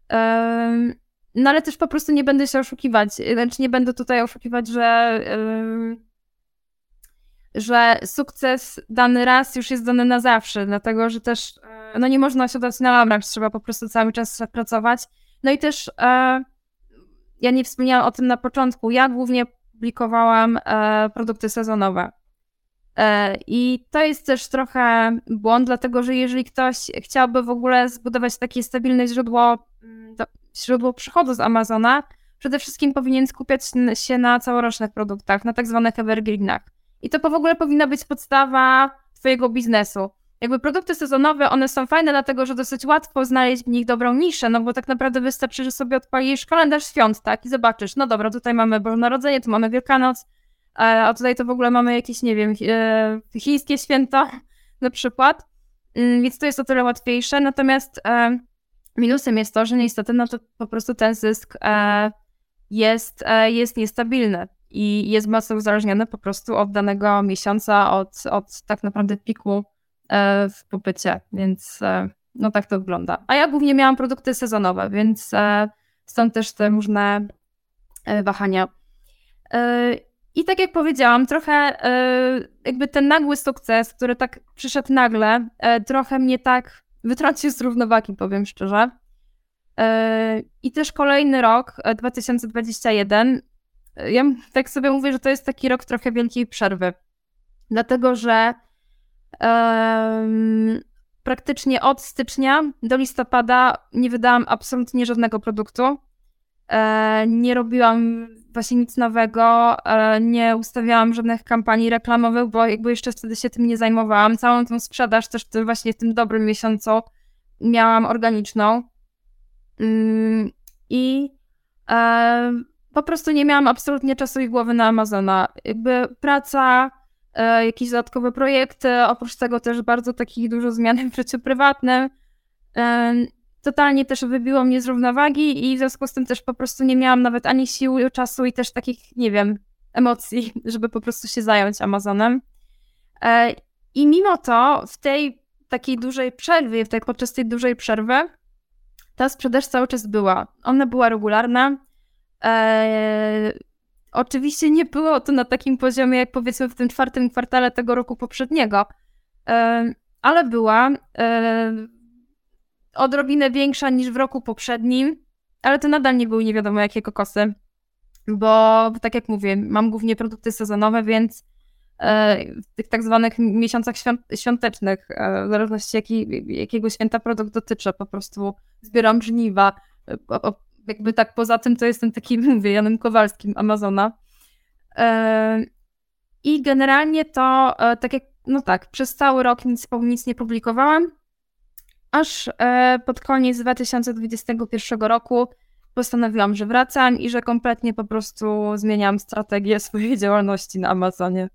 No ale też po prostu nie będę się oszukiwać, znaczy nie będę tutaj oszukiwać, że sukces dany raz już jest dany na zawsze, dlatego że też no nie można siadać na laurach, trzeba po prostu cały czas pracować. No i też ja nie wspomniałam o tym na początku, ja głównie publikowałam produkty sezonowe. I to jest też trochę błąd, dlatego że jeżeli ktoś chciałby w ogóle zbudować takie stabilne źródło przychodu z Amazona, przede wszystkim powinien skupiać się na całorocznych produktach, na tak zwanych evergreenach. I to w ogóle powinna być podstawa twojego biznesu. Jakby produkty sezonowe, one są fajne, dlatego że dosyć łatwo znaleźć w nich dobrą niszę, no bo tak naprawdę wystarczy, że sobie odpalisz kalendarz świąt, tak, i zobaczysz, no dobra, tutaj mamy Boże Narodzenie, tu mamy Wielkanoc, a tutaj to w ogóle mamy jakieś, nie wiem, chińskie święta na przykład, więc to jest o tyle łatwiejsze, natomiast minusem jest to, że niestety no to po prostu ten zysk jest niestabilny i jest mocno uzależniony po prostu od danego miesiąca, od tak naprawdę piku w popycie, więc no tak to wygląda. A ja głównie miałam produkty sezonowe, więc stąd też te różne wahania. I tak jak powiedziałam, trochę jakby ten nagły sukces, który tak przyszedł nagle, trochę mnie tak wytrącił z równowagi, powiem szczerze. I też kolejny rok, 2021, ja tak sobie mówię, że to jest taki rok trochę wielkiej przerwy. Dlatego, że praktycznie od stycznia do listopada nie wydałam absolutnie żadnego produktu. Nie robiłam właśnie nic nowego, nie ustawiałam żadnych kampanii reklamowych, bo jakby jeszcze wtedy się tym nie zajmowałam. Całą tą sprzedaż też w tym dobrym miesiącu miałam organiczną. I po prostu nie miałam absolutnie czasu i głowy na Amazona. Jakby praca, jakieś dodatkowe projekty, oprócz tego też bardzo takich dużo zmian w życiu prywatnym. Totalnie też wybiło mnie z równowagi i w związku z tym też po prostu nie miałam nawet ani siły, czasu i też takich, nie wiem, emocji, żeby po prostu się zająć Amazonem. I mimo to w tej takiej dużej przerwie, podczas tej dużej przerwy, ta sprzedaż cały czas była. Ona była regularna. Oczywiście nie było to na takim poziomie, jak powiedzmy w tym 4. kwartale tego roku poprzedniego, ale była odrobinę większa niż w roku poprzednim, ale to nadal nie były nie wiadomo jakie kokosy, bo tak jak mówię, mam głównie produkty sezonowe, więc w tych tak zwanych miesiącach świątecznych, w zależności jakiego święta produkt dotyczy, po prostu zbieram żniwa. Jakby tak poza tym to jestem takim, mówię, Janem Kowalskim Amazona. I generalnie to tak jak, no tak, przez cały rok nic nie publikowałam, aż pod koniec 2021 roku postanowiłam, że wracam i że kompletnie po prostu zmieniam strategię swojej działalności na Amazonie.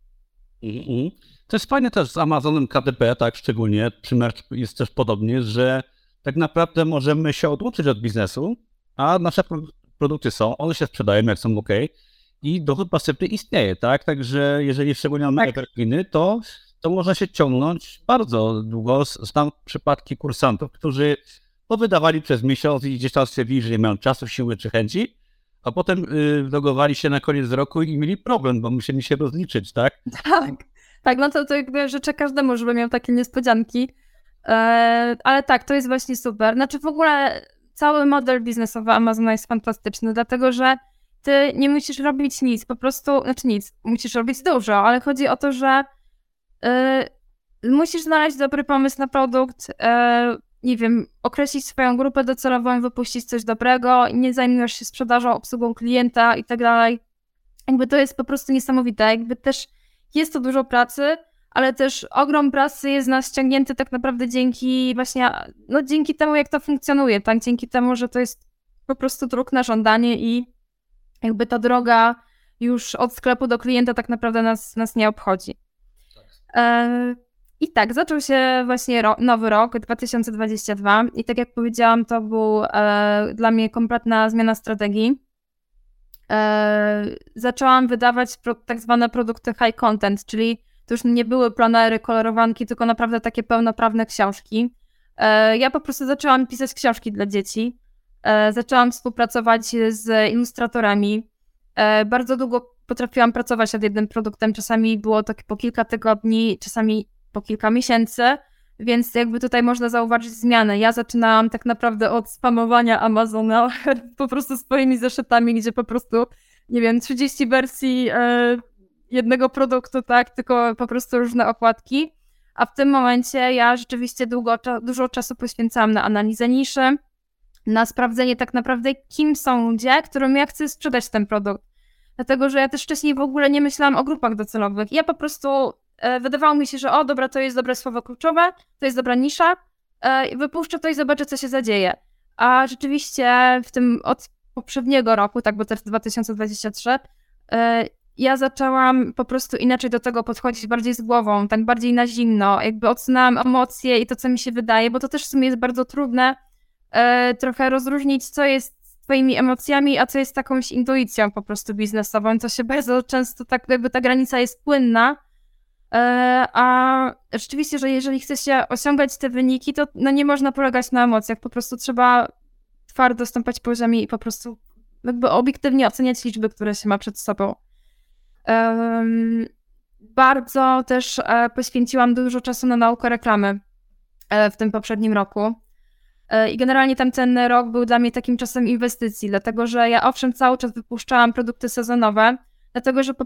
To jest fajne też z Amazonem KDP, tak szczególnie, przy Merch jest też podobnie, że tak naprawdę możemy się odłączyć od biznesu, a nasze produkty są, one się sprzedają, jak są OK i dochód pasywny istnieje, tak? Także jeżeli szczególnie mamy evergreeny, to można się ciągnąć bardzo długo. Znam przypadki kursantów, którzy wydawali przez miesiąc i gdzieś tam stwierdzili, że nie mają czasu, siły czy chęci, a potem logowali się na koniec roku i mieli problem, bo musieli się rozliczyć, tak? Tak, no to jakby życzę każdemu, żeby miał takie niespodzianki, ale tak, to jest właśnie super. Znaczy w ogóle cały model biznesowy Amazona jest fantastyczny, dlatego że ty nie musisz robić nic, po prostu, znaczy nic, musisz robić dużo, ale chodzi o to, że musisz znaleźć dobry pomysł na produkt, nie wiem, określić swoją grupę docelową, wypuścić coś dobrego, nie zajmujesz się sprzedażą, obsługą klienta i tak dalej. Jakby to jest po prostu niesamowite, jakby też jest to dużo pracy, ale też ogrom pracy jest nas ściągnięty tak naprawdę dzięki temu, jak to funkcjonuje, tak? Dzięki temu, że to jest po prostu druk na żądanie i jakby ta droga już od sklepu do klienta tak naprawdę nas nie obchodzi. I tak, zaczął się właśnie nowy rok, 2022 i tak jak powiedziałam, to był dla mnie kompletna zmiana strategii. Zaczęłam wydawać tak zwane produkty high content, czyli to już nie były planery, kolorowanki, tylko naprawdę takie pełnoprawne książki. Ja po prostu zaczęłam pisać książki dla dzieci. Zaczęłam współpracować z ilustratorami. Bardzo długo potrafiłam pracować nad jednym produktem. Czasami było to po kilka tygodni, czasami po kilka miesięcy, więc jakby tutaj można zauważyć zmianę. Ja zaczynałam tak naprawdę od spamowania Amazona po prostu swoimi zeszytami, gdzie po prostu, nie wiem, 30 wersji jednego produktu, tak, tylko po prostu różne okładki. A w tym momencie ja rzeczywiście dużo czasu poświęcałam na analizę niszy, na sprawdzenie tak naprawdę, kim są ludzie, którym ja chcę sprzedać ten produkt. Dlatego, że ja też wcześniej w ogóle nie myślałam o grupach docelowych. Ja po prostu wydawało mi się, że dobra, to jest dobre słowo kluczowe, to jest dobra nisza, wypuszczę to i zobaczę, co się zadzieje. A rzeczywiście od poprzedniego roku, tak, bo też 2023, ja zaczęłam po prostu inaczej do tego podchodzić, bardziej z głową, tak bardziej na zimno, jakby odsunęłam emocje i to, co mi się wydaje, bo to też w sumie jest bardzo trudne trochę rozróżnić, co jest twoimi emocjami, a co jest jakąś intuicją po prostu biznesową. To się bardzo często tak jakby ta granica jest płynna, a rzeczywiście, że jeżeli chce się osiągać te wyniki, to nie można polegać na emocjach, po prostu trzeba twardo stąpać po ziemi i po prostu jakby obiektywnie oceniać liczby, które się ma przed sobą. Bardzo też poświęciłam dużo czasu na naukę reklamy w tym poprzednim roku. I generalnie tamten rok był dla mnie takim czasem inwestycji, dlatego że ja owszem cały czas wypuszczałam produkty sezonowe, dlatego że po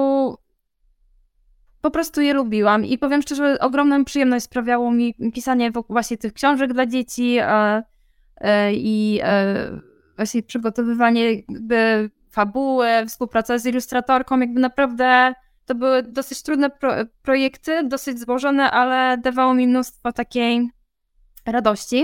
prostu je lubiłam i powiem szczerze, ogromną przyjemność sprawiało mi pisanie właśnie tych książek dla dzieci i właśnie przygotowywanie jakby fabuły, współpraca z ilustratorką, jakby naprawdę to były dosyć trudne projekty, dosyć złożone, ale dawało mi mnóstwo takiej radości.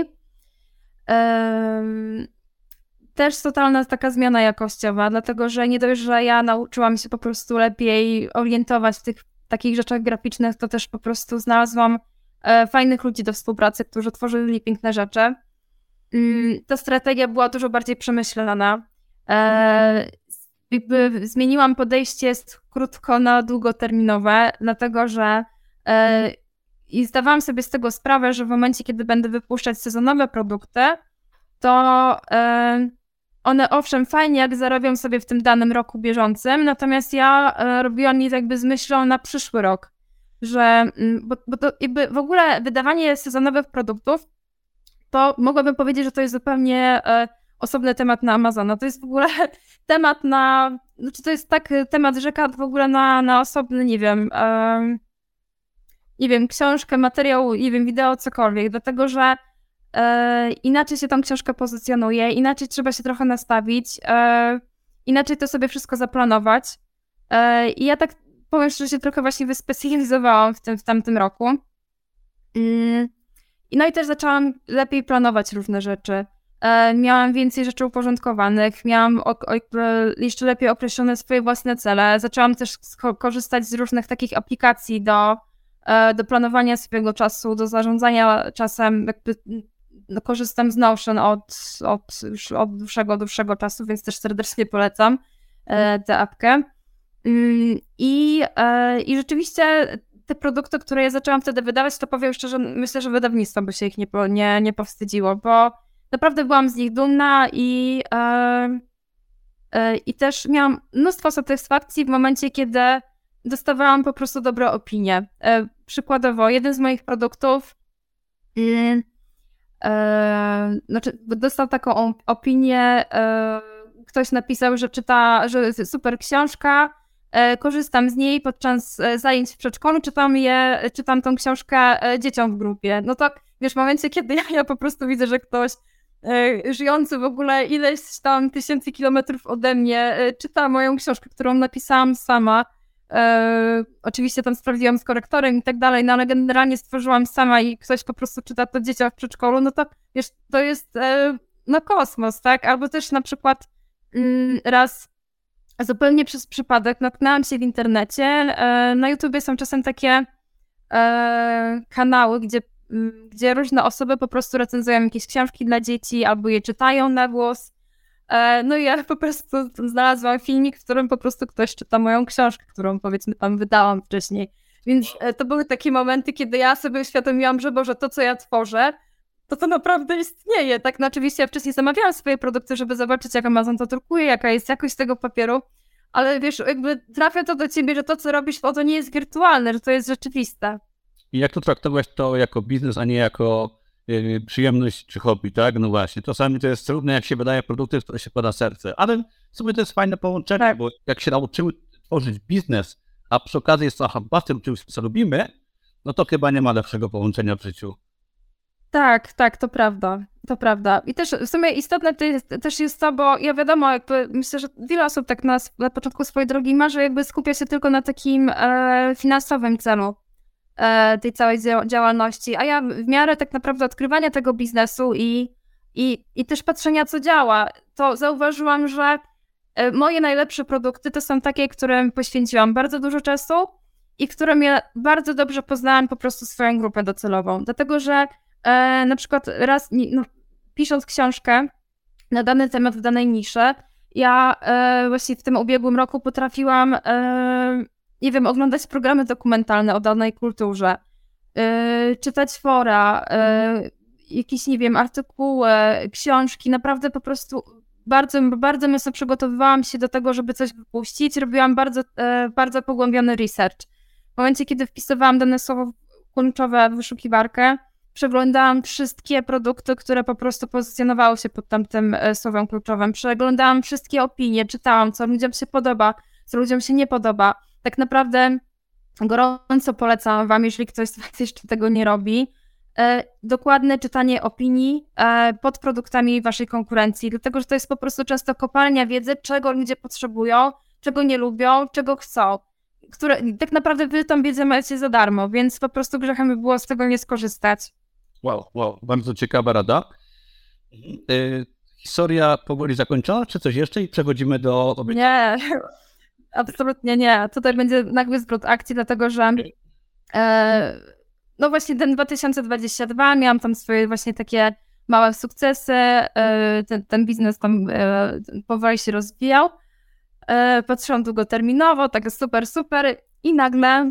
Też totalna taka zmiana jakościowa, dlatego że nie dość, że ja nauczyłam się po prostu lepiej orientować w tych takich rzeczach graficznych, to też po prostu znalazłam fajnych ludzi do współpracy, którzy tworzyli piękne rzeczy. Ta strategia była dużo bardziej przemyślana. Jakby zmieniłam podejście z krótko na długoterminowe, dlatego że i zdawałam sobie z tego sprawę, że w momencie, kiedy będę wypuszczać sezonowe produkty, to one owszem fajnie jak zarobią sobie w tym danym roku bieżącym, natomiast ja robiłam je jakby z myślą na przyszły rok, że bo to jakby w ogóle wydawanie sezonowych produktów, to mogłabym powiedzieć, że to jest zupełnie osobny temat na Amazona. To jest w ogóle temat znaczy to jest tak temat rzeka w ogóle na osobny, nie wiem, książkę, materiał, nie wiem, wideo, cokolwiek, dlatego że inaczej się tą książkę pozycjonuje, inaczej trzeba się trochę nastawić, inaczej to sobie wszystko zaplanować. I ja tak powiem szczerze, się trochę właśnie wyspecjalizowałam w tamtym roku. No i też zaczęłam lepiej planować różne rzeczy. Miałam więcej rzeczy uporządkowanych, miałam jeszcze lepiej określone swoje własne cele. Zaczęłam też korzystać z różnych takich aplikacji do planowania swojego czasu, do zarządzania czasem. Jakby, korzystam z Notion już od dłuższego czasu, więc też serdecznie polecam tę apkę. I rzeczywiście te produkty, które ja zaczęłam wtedy wydawać, to powiem szczerze, myślę, że wydawnictwo by się ich nie powstydziło, bo naprawdę byłam z nich dumna i też miałam mnóstwo satysfakcji w momencie, kiedy dostawałam po prostu dobre opinie. Przykładowo, jeden z moich produktów dostał taką opinię, ktoś napisał, że że super książka, korzystam z niej podczas zajęć w przedszkolu, czytam tą książkę dzieciom w grupie. No to wiesz, w momencie, kiedy ja po prostu widzę, że ktoś żyjący w ogóle ileś tam tysięcy kilometrów ode mnie czyta moją książkę, którą napisałam sama. Oczywiście tam sprawdziłam z korektorem i tak dalej, no ale generalnie stworzyłam sama i ktoś po prostu czyta to dzieciom w przedszkolu, no to wiesz, to jest kosmos, tak? Albo też na przykład raz zupełnie przez przypadek natknęłam się w internecie, na YouTubie są czasem takie kanały, gdzie różne osoby po prostu recenzują jakieś książki dla dzieci albo je czytają na głos. No i ja po prostu znalazłam filmik, w którym po prostu ktoś czyta moją książkę, którą powiedzmy tam wydałam wcześniej. Więc to były takie momenty, kiedy ja sobie uświadomiłam, że Boże, to co ja tworzę, to naprawdę istnieje. Tak, no oczywiście ja wcześniej zamawiałam swoje produkty, żeby zobaczyć, jak Amazon to drukuje, jaka jest jakość tego papieru, ale wiesz, jakby trafia to do ciebie, że to, co robisz, to nie jest wirtualne, że to jest rzeczywiste. I jak to traktować to jako biznes, a nie jako przyjemność czy hobby, tak? No właśnie, czasami to jest trudne, jak się wydaje produkty, w które się pada serce, ale w sumie to jest fajne połączenie, tak. Bo jak się nauczymy tworzyć biznes, a przy okazji jest to achabatem czymś, co lubimy, no to chyba nie ma lepszego połączenia w życiu. Tak, to prawda. I też w sumie istotne też jest to, bo ja wiadomo, jakby myślę, że wiele osób tak na początku swojej drogi marzy, jakby skupia się tylko na takim finansowym celu tej całej działalności, a ja w miarę tak naprawdę odkrywania tego biznesu i też patrzenia, co działa, to zauważyłam, że moje najlepsze produkty to są takie, którym poświęciłam bardzo dużo czasu i w którym ja bardzo dobrze poznałam po prostu swoją grupę docelową, dlatego że na przykład raz, pisząc książkę na dany temat w danej niszy, ja właśnie w tym ubiegłym roku potrafiłam oglądać programy dokumentalne o danej kulturze, czytać fora, jakieś, artykuły, książki, naprawdę po prostu bardzo mocno przygotowywałam się do tego, żeby coś wypuścić. Robiłam bardzo pogłębiony research. W momencie, kiedy wpisywałam dane słowo kluczowe w wyszukiwarkę, przeglądałam wszystkie produkty, które po prostu pozycjonowały się pod tamtym słowem kluczowym. Przeglądałam wszystkie opinie, czytałam, co ludziom się podoba, co ludziom się nie podoba. Tak naprawdę gorąco polecam wam, jeżeli ktoś z was jeszcze tego nie robi, dokładne czytanie opinii pod produktami waszej konkurencji, dlatego że to jest po prostu często kopalnia wiedzy, czego ludzie potrzebują, czego nie lubią, czego chcą. Tak naprawdę wy tą wiedzę macie za darmo, więc po prostu grzechem by było z tego nie skorzystać. Wow, bardzo ciekawa rada. Historia powoli zakończona, czy coś jeszcze i przechodzimy do... Nie, absolutnie nie. Tutaj będzie nagły zwrot akcji, dlatego że no właśnie ten 2022 miałam tam swoje właśnie takie małe sukcesy, ten biznes tam powoli się rozwijał. Patrzyłam długoterminowo, tak super i nagle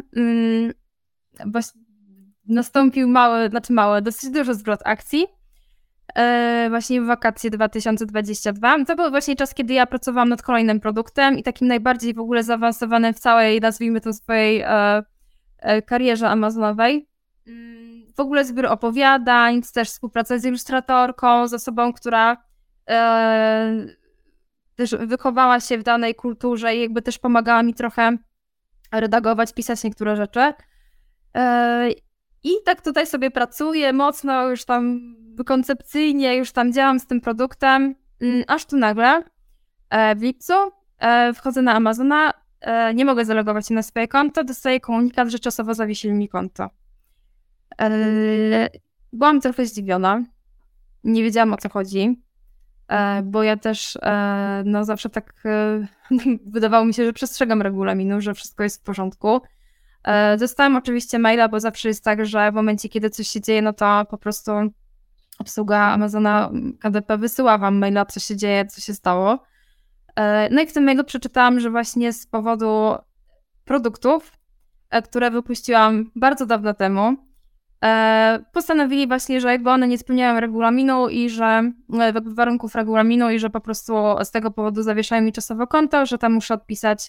nastąpił dosyć duży zwrot akcji właśnie w wakacje 2022. To był właśnie czas, kiedy ja pracowałam nad kolejnym produktem i takim najbardziej w ogóle zaawansowanym w całej, nazwijmy to, swojej karierze amazonowej. W ogóle zbiór opowiadań, też współpraca z ilustratorką, z osobą, która też wychowała się w danej kulturze i jakby też pomagała mi trochę redagować, pisać niektóre rzeczy. I tak tutaj sobie pracuję mocno, już tam koncepcyjnie, już tam działam z tym produktem, aż tu nagle w lipcu wchodzę na Amazona, nie mogę zalogować się na swoje konto, dostaję komunikat, że czasowo zawiesili mi konto. Byłam trochę zdziwiona, nie wiedziałam, o co chodzi, bo ja też no zawsze tak wydawało mi się, że przestrzegam regulaminu, że wszystko jest w porządku. Dostałam oczywiście maila, bo zawsze jest tak, że w momencie, kiedy coś się dzieje, no to po prostu obsługa Amazona KDP wysyła wam maila, co się dzieje, co się stało. No i w tym mailu przeczytałam, że właśnie z powodu produktów, które wypuściłam bardzo dawno temu, postanowili właśnie, że jakby one nie spełniają regulaminu i że warunków regulaminu i że po prostu z tego powodu zawieszają mi czasowo konto, że tam muszę odpisać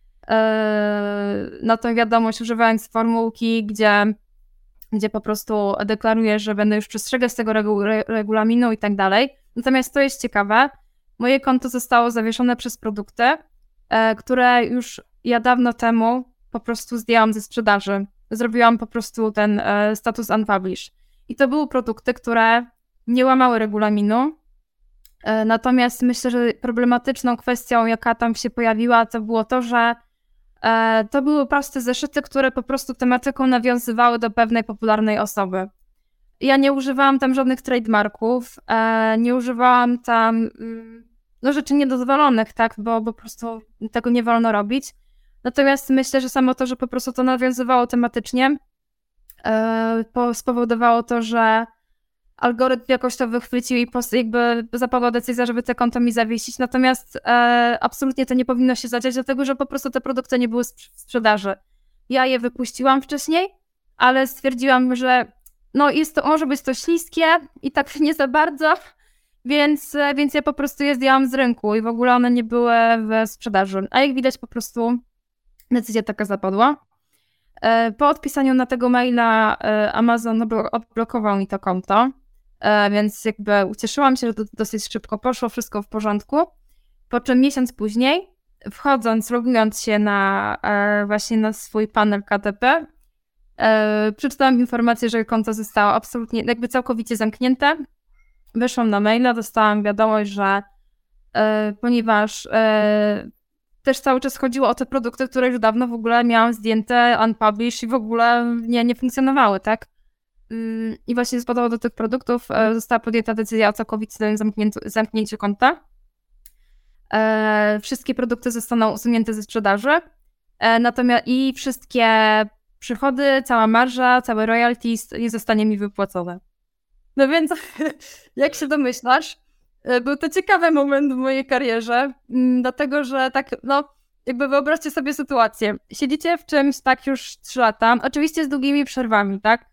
na tą wiadomość, używając formułki, gdzie po prostu deklaruję, że będę już przestrzegać tego regulaminu i tak dalej. Natomiast to jest ciekawe, moje konto zostało zawieszone przez produkty, które już ja dawno temu po prostu zdjęłam ze sprzedaży. Zrobiłam po prostu ten status unpublish. I to były produkty, które nie łamały regulaminu. Natomiast myślę, że problematyczną kwestią, jaka tam się pojawiła, to było to, że to były proste zeszyty, które po prostu tematyką nawiązywały do pewnej popularnej osoby. Ja nie używałam tam żadnych trademarków, nie używałam tam rzeczy niedozwolonych, tak, bo po prostu tego nie wolno robić. Natomiast myślę, że samo to, że po prostu to nawiązywało tematycznie, spowodowało to, że algorytm jakoś to wychwycił i jakby zapadła decyzja, żeby te konto mi zawiesić. Natomiast absolutnie to nie powinno się zadziać, dlatego że po prostu te produkty nie były w sprzedaży. Ja je wypuściłam wcześniej, ale stwierdziłam, że no może być to śliskie i tak nie za bardzo, więc ja po prostu je zdjęłam z rynku i w ogóle one nie były w sprzedaży. A jak widać, po prostu decyzja taka zapadła. Po odpisaniu na tego maila Amazon odblokował mi to konto, więc jakby ucieszyłam się, że to dosyć szybko poszło, wszystko w porządku. Po czym miesiąc później, logując się właśnie na swój panel KDP, przeczytałam informację, że konto zostało absolutnie, jakby całkowicie zamknięte. Weszłam na maila, dostałam wiadomość, że ponieważ też cały czas chodziło o te produkty, które już dawno w ogóle miałam zdjęte, unpublish i w ogóle nie funkcjonowały, tak? I właśnie z powodu tych produktów została podjęta decyzja o całkowitym zamknięciu konta. Wszystkie produkty zostaną usunięte ze sprzedaży, natomiast i wszystkie przychody, cała marża, całe royalties nie zostanie mi wypłacone. No więc, jak się domyślasz, był to ciekawy moment w mojej karierze, dlatego że tak, no, jakby wyobraźcie sobie sytuację. Siedzicie w czymś tak już 3 lata, oczywiście z długimi przerwami, tak?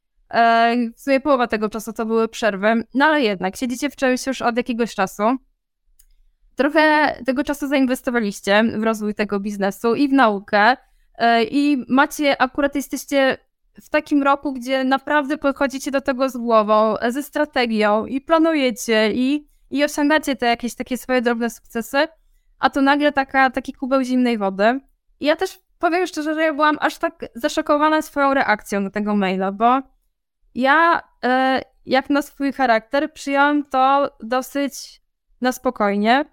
W sumie połowa tego czasu to były przerwy, no ale jednak, siedzicie w czymś już od jakiegoś czasu. trochę tego czasu zainwestowaliście w rozwój tego biznesu i w naukę i jesteście w takim roku, gdzie naprawdę podchodzicie do tego z głową, ze strategią i planujecie i osiągacie te jakieś takie swoje drobne sukcesy, a tu nagle taki kubeł zimnej wody. I ja też powiem szczerze, że ja byłam aż tak zaszokowana swoją reakcją na tego maila, bo ja jak na swój charakter przyjęłam to dosyć na spokojnie,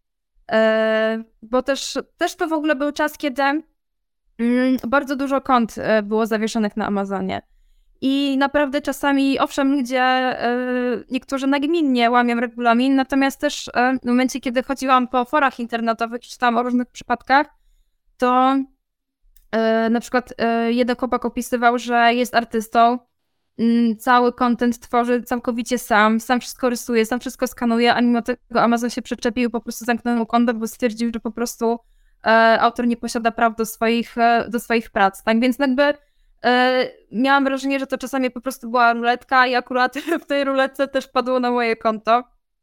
bo też to w ogóle był czas, kiedy bardzo dużo kont było zawieszonych na Amazonie. I naprawdę czasami, owszem, ludzie, niektórzy nagminnie łamią regulamin, natomiast też w momencie, kiedy chodziłam po forach internetowych i czytałam o różnych przypadkach, to na przykład jeden chłopak opisywał, że jest artystą, cały content tworzy całkowicie sam wszystko rysuje, sam wszystko skanuje, a mimo tego Amazon się przyczepił, po prostu zamknął mu konto, bo stwierdził, że po prostu autor nie posiada praw do swoich prac. Tak więc jakby miałam wrażenie, że to czasami po prostu była ruletka i akurat w tej ruletce też padło na moje konto.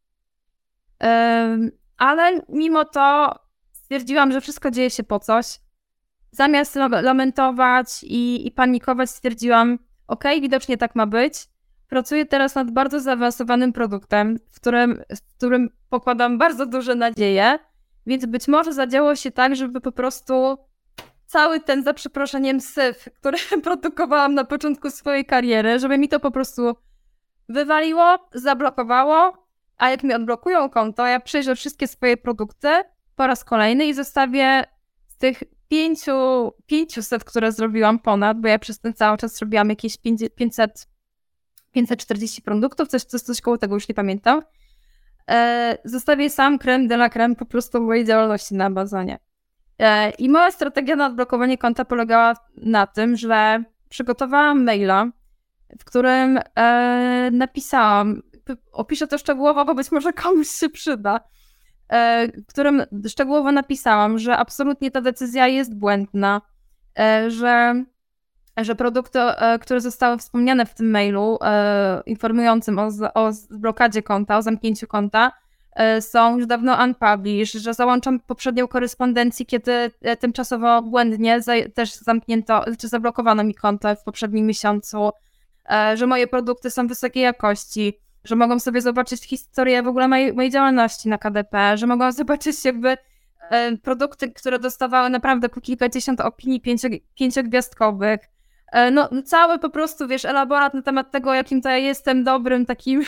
Ale mimo to stwierdziłam, że wszystko dzieje się po coś. Zamiast lamentować i panikować, stwierdziłam, widocznie tak ma być. Pracuję teraz nad bardzo zaawansowanym produktem, w którym pokładam bardzo duże nadzieje, więc być może zadziało się tak, żeby po prostu cały ten, za przeproszeniem, syf, który produkowałam na początku swojej kariery, żeby mi to po prostu wywaliło, zablokowało, a jak mi odblokują konto, ja przejrzę wszystkie swoje produkty po raz kolejny i zostawię z tych 500, które zrobiłam ponad, bo ja przez ten cały czas zrobiłam jakieś 540 produktów, coś koło tego, już nie pamiętam. Zostawię sam crème de la crème po prostu mojej działalności na Amazonie. I moja strategia na odblokowanie konta polegała na tym, że przygotowałam maila, w którym napisałam, opiszę to szczegółowo, bo być może komuś się przyda, w którym szczegółowo napisałam, że absolutnie ta decyzja jest błędna, że produkty, które zostały wspomniane w tym mailu informującym o blokadzie konta, o zamknięciu konta, są już dawno unpublished, że załączam poprzednią korespondencję, kiedy tymczasowo błędnie też zamknięto, czy zablokowano mi konto w poprzednim miesiącu, że moje produkty są wysokiej jakości, że mogą sobie zobaczyć historię w ogóle mojej działalności na KDP, że mogą zobaczyć jakby produkty, które dostawały naprawdę po kilkadziesiąt opinii pięciogwiazdkowych. No cały po prostu, elaborat na temat tego, jakim to ja jestem dobrym takim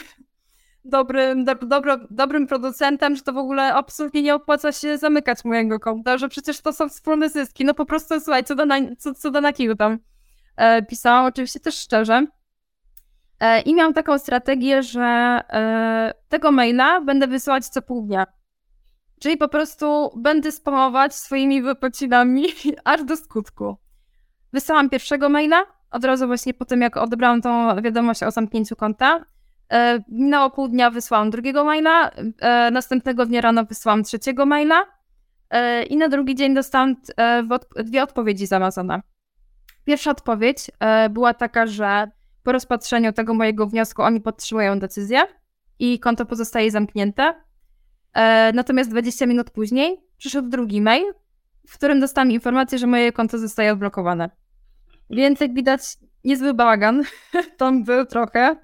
dobrym producentem, że to w ogóle absolutnie nie opłaca się zamykać mojego konta, że przecież to są wspólne zyski. No po prostu słuchaj, co do nakiego tam pisałam, oczywiście też szczerze. I miałam taką strategię, że tego maila będę wysyłać co pół dnia. Czyli po prostu będę spamować swoimi wypocinami aż do skutku. Wysyłam pierwszego maila, od razu właśnie po tym, jak odebrałam tą wiadomość o zamknięciu konta. Minęło pół dnia, wysłałam drugiego maila, następnego dnia rano wysłałam trzeciego maila i na drugi dzień dostałam dwie odpowiedzi z Amazona. Pierwsza odpowiedź była taka, że po rozpatrzeniu tego mojego wniosku oni podtrzymują decyzję i konto pozostaje zamknięte. Natomiast 20 minut później przyszedł drugi mail, w którym dostałam informację, że moje konto zostaje odblokowane. Więc jak widać, niezły bałagan tam był trochę.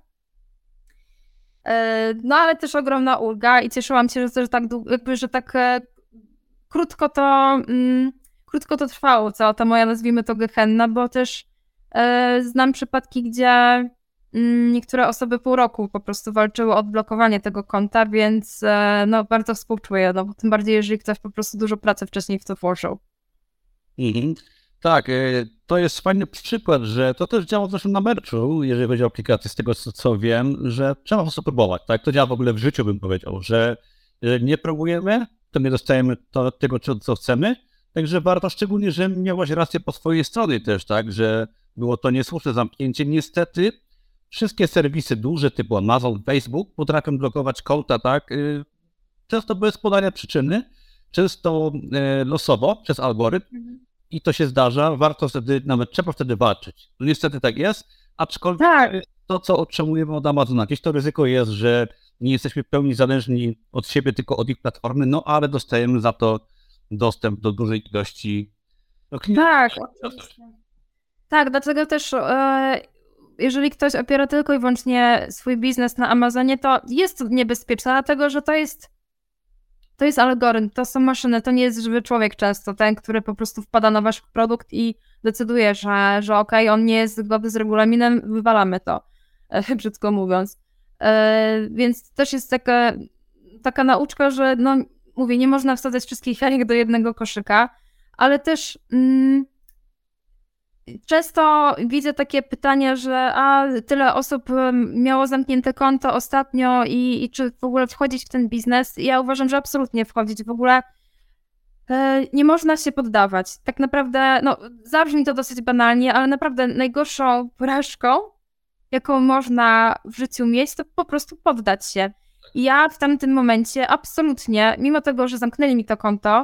No ale też ogromna ulga i cieszyłam się, że tak krótko to trwało, cała ta moja, nazwijmy to, gehenna, bo też znam przypadki, gdzie niektóre osoby pół roku po prostu walczyły o odblokowanie tego konta, więc no bardzo współczuję, no bo tym bardziej, jeżeli ktoś po prostu dużo pracy wcześniej w to włożył. Tak, to jest fajny przykład, że to też działa zresztą na merchu, jeżeli chodzi o aplikację, z tego co wiem, że trzeba po prostu próbować, tak? To działa w ogóle w życiu, bym powiedział, że jeżeli nie próbujemy, to nie dostajemy tego, co chcemy, także warto, szczególnie, że miałaś rację po swojej stronie też, tak, że było to niesłuszne zamknięcie. Niestety wszystkie serwisy duże typu Amazon, Facebook potrafią blokować konta, tak, często bez podania przyczyny, często losowo przez algorytm. I to się zdarza, trzeba wtedy walczyć. No niestety tak jest, aczkolwiek to, co otrzymujemy od Amazona, jakieś to ryzyko jest, że nie jesteśmy w pełni zależni od siebie, tylko od ich platformy, no ale dostajemy za to dostęp do dużej ilości klientów. Tak, dlatego też jeżeli ktoś opiera tylko i wyłącznie swój biznes na Amazonie, to jest to niebezpieczne, dlatego że to jest algorytm, to są maszyny, to nie jest żywy człowiek często, ten, który po prostu wpada na wasz produkt i decyduje, że okej, on nie jest zgodny z regulaminem, wywalamy to, brzydko mówiąc. Więc też jest taka nauczka, że no mówię, nie można wsadzać wszystkich jajek do jednego koszyka, ale też często widzę takie pytania, że tyle osób miało zamknięte konto ostatnio i czy w ogóle wchodzić w ten biznes. Ja uważam, że absolutnie wchodzić. W ogóle nie można się poddawać. Tak naprawdę, no zabrzmi to dosyć banalnie, ale naprawdę najgorszą porażką, jaką można w życiu mieć, to po prostu poddać się. I ja w tamtym momencie absolutnie, mimo tego, że zamknęli mi to konto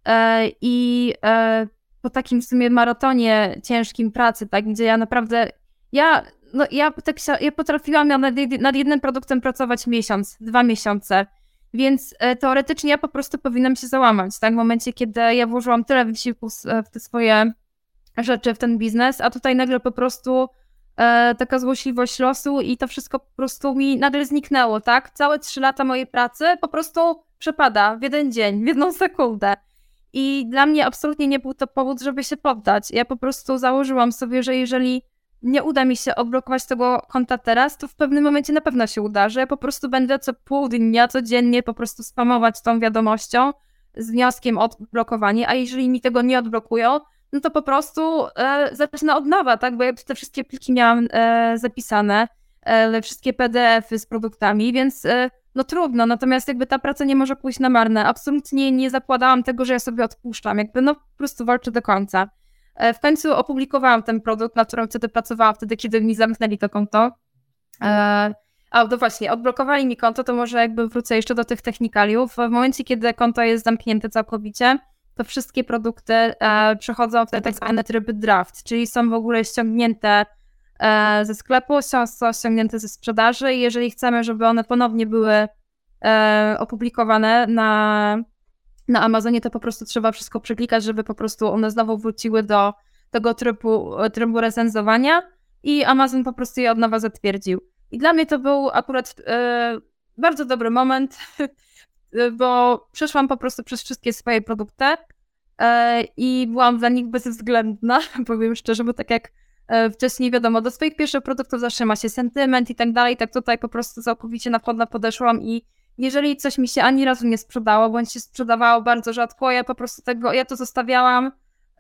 po takim w sumie maratonie ciężkim pracy, tak, gdzie ja naprawdę, ja potrafiłam nad jednym produktem pracować miesiąc, 2 miesiące, więc teoretycznie ja po prostu powinnam się załamać, tak, w momencie, kiedy ja włożyłam tyle wysiłku w te swoje rzeczy, w ten biznes, a tutaj nagle po prostu taka złośliwość losu i to wszystko po prostu mi nagle zniknęło, tak, całe 3 lata mojej pracy po prostu przepada w jeden dzień, w jedną sekundę. I dla mnie absolutnie nie był to powód, żeby się poddać. Ja po prostu założyłam sobie, że jeżeli nie uda mi się odblokować tego konta teraz, to w pewnym momencie na pewno się uda, że ja po prostu będę co pół dnia, codziennie po prostu spamować tą wiadomością z wnioskiem o odblokowanie, a jeżeli mi tego nie odblokują, no to po prostu zacznę od nowa, tak? Bo ja te wszystkie pliki miałam zapisane, wszystkie PDF-y z produktami, więc no trudno, natomiast jakby ta praca nie może pójść na marne. Absolutnie nie zakładałam tego, że ja sobie odpuszczam, jakby no po prostu walczę do końca. W końcu opublikowałam ten produkt, na którym wtedy pracowałam, wtedy kiedy mi zamknęli to konto. No właśnie, odblokowali mi konto, to może jakby wrócę jeszcze do tych technikaliów. W momencie, kiedy konto jest zamknięte całkowicie, to wszystkie produkty przechodzą w te tak zwane tryby draft, czyli są w ogóle ściągnięte ze sklepu, są ściągnięte ze sprzedaży i jeżeli chcemy, żeby one ponownie były opublikowane na Amazonie, to po prostu trzeba wszystko przeklikać, żeby po prostu one znowu wróciły do tego trybu recenzowania i Amazon po prostu je od nowa zatwierdził. I dla mnie to był akurat bardzo dobry moment, bo przeszłam po prostu przez wszystkie swoje produkty i byłam dla nich bezwzględna, powiem szczerze, bo tak jak wcześniej wiadomo, do swoich pierwszych produktów zawsze ma się sentyment i tak dalej, tak tutaj po prostu całkowicie na chłodno podeszłam i jeżeli coś mi się ani razu nie sprzedało, bądź się sprzedawało bardzo rzadko, ja po prostu ja to zostawiałam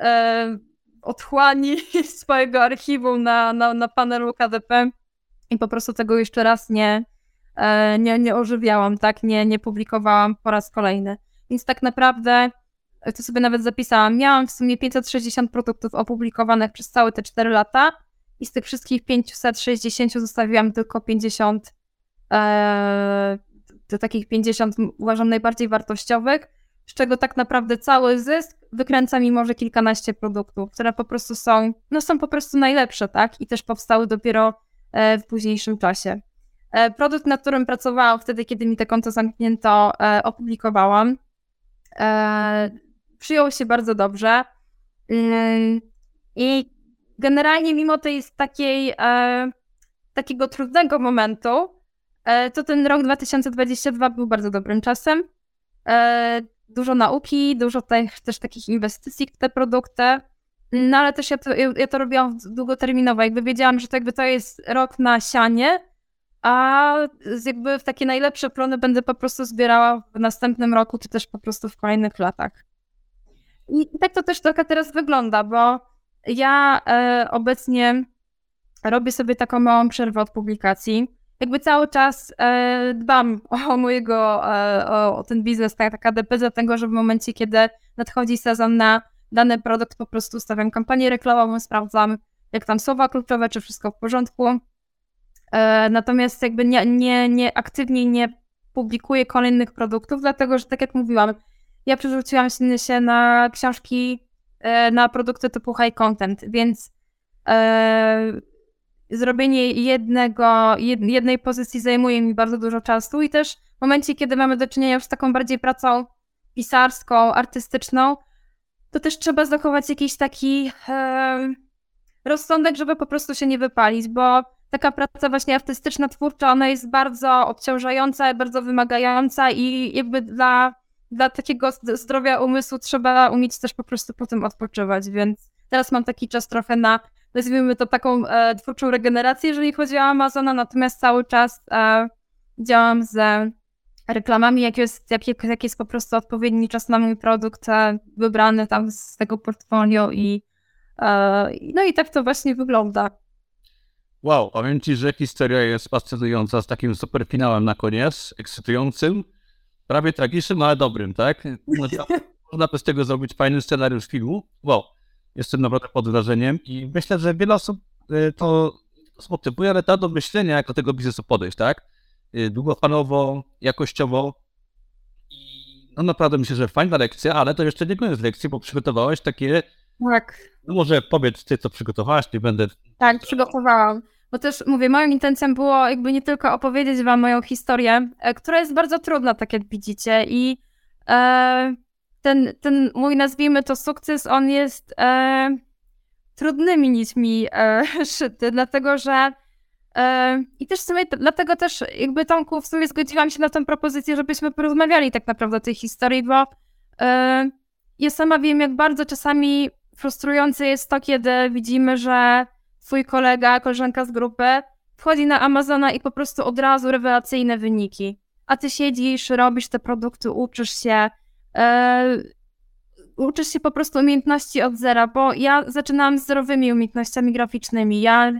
otchłani swojego archiwum na panelu KDP i po prostu tego jeszcze raz nie ożywiałam, tak, nie publikowałam po raz kolejny. Więc tak naprawdę, to sobie nawet zapisałam, miałam w sumie 560 produktów opublikowanych przez całe te 4 lata i z tych wszystkich 560 zostawiłam tylko 50, do takich 50 uważam najbardziej wartościowych, z czego tak naprawdę cały zysk wykręca mi może kilkanaście produktów, które po prostu są po prostu najlepsze, tak, i też powstały dopiero w późniejszym czasie. Produkt, nad którym pracowałam wtedy, kiedy mi to konto zamknięto, opublikowałam. Przyjął się bardzo dobrze i generalnie mimo tej takiego trudnego momentu, to ten rok 2022 był bardzo dobrym czasem. Dużo nauki, dużo też takich inwestycji w te produkty, no ale też ja to robiłam długoterminowo, jakby wiedziałam, że to jest rok na sianie, a jakby w takie najlepsze plony będę po prostu zbierała w następnym roku, czy też po prostu w kolejnych latach. I tak to też trochę teraz wygląda, bo ja obecnie robię sobie taką małą przerwę od publikacji. Jakby cały czas dbam o ten biznes, tak KDP, dlatego, że w momencie, kiedy nadchodzi sezon na dany produkt, po prostu stawiam kampanię reklamową, sprawdzam, jak tam słowa kluczowe, czy wszystko w porządku. Natomiast jakby nie aktywnie nie publikuję kolejnych produktów, dlatego, że tak jak mówiłam, ja przerzuciłam się na książki, na produkty typu high content, więc zrobienie jednej pozycji zajmuje mi bardzo dużo czasu i też w momencie, kiedy mamy do czynienia już z taką bardziej pracą pisarską, artystyczną, to też trzeba zachować jakiś taki rozsądek, żeby po prostu się nie wypalić, bo taka praca właśnie artystyczna, twórcza, ona jest bardzo obciążająca, bardzo wymagająca i jakby dla takiego zdrowia umysłu trzeba umieć też po prostu po tym odpoczywać, więc teraz mam taki czas trochę na, nazwijmy to taką twórczą regenerację, jeżeli chodzi o Amazona, natomiast cały czas działam z reklamami, jak jest po prostu odpowiedni czas na mój produkt wybrany tam z tego portfolio i no i tak to właśnie wygląda. Wow, powiem Ci, że historia jest fascynująca z takim super finałem na koniec, ekscytującym, prawie tragicznym, ale dobrym, tak? Można bez tego zrobić fajny scenariusz filmu. Wow, jestem naprawdę pod wrażeniem i myślę, że wiele osób to zmotywuje, ale da do myślenia, jak do tego biznesu podejść, tak? Długofalowo, jakościowo i no naprawdę myślę, że fajna lekcja, ale to jeszcze nie koniec lekcji, bo przygotowałeś takie... Tak. No może powiedz Ty, co przygotowałaś, nie będę... Tak, przygotowałam. Bo też mówię, moją intencją było jakby nie tylko opowiedzieć wam moją historię, która jest bardzo trudna, tak jak widzicie i ten mój, nazwijmy to sukces, on jest trudnymi nićmi szyty, dlatego że i też w sumie dlatego też jakby Tomku w sumie zgodziłam się na tę propozycję, żebyśmy porozmawiali tak naprawdę o tej historii, bo ja sama wiem, jak bardzo czasami frustrujące jest to, kiedy widzimy, że twój kolega, koleżanka z grupy wchodzi na Amazona i po prostu od razu rewelacyjne wyniki. A ty siedzisz, robisz te produkty, uczysz się po prostu umiejętności od zera, bo ja zaczynałam z zerowymi umiejętnościami graficznymi. Ja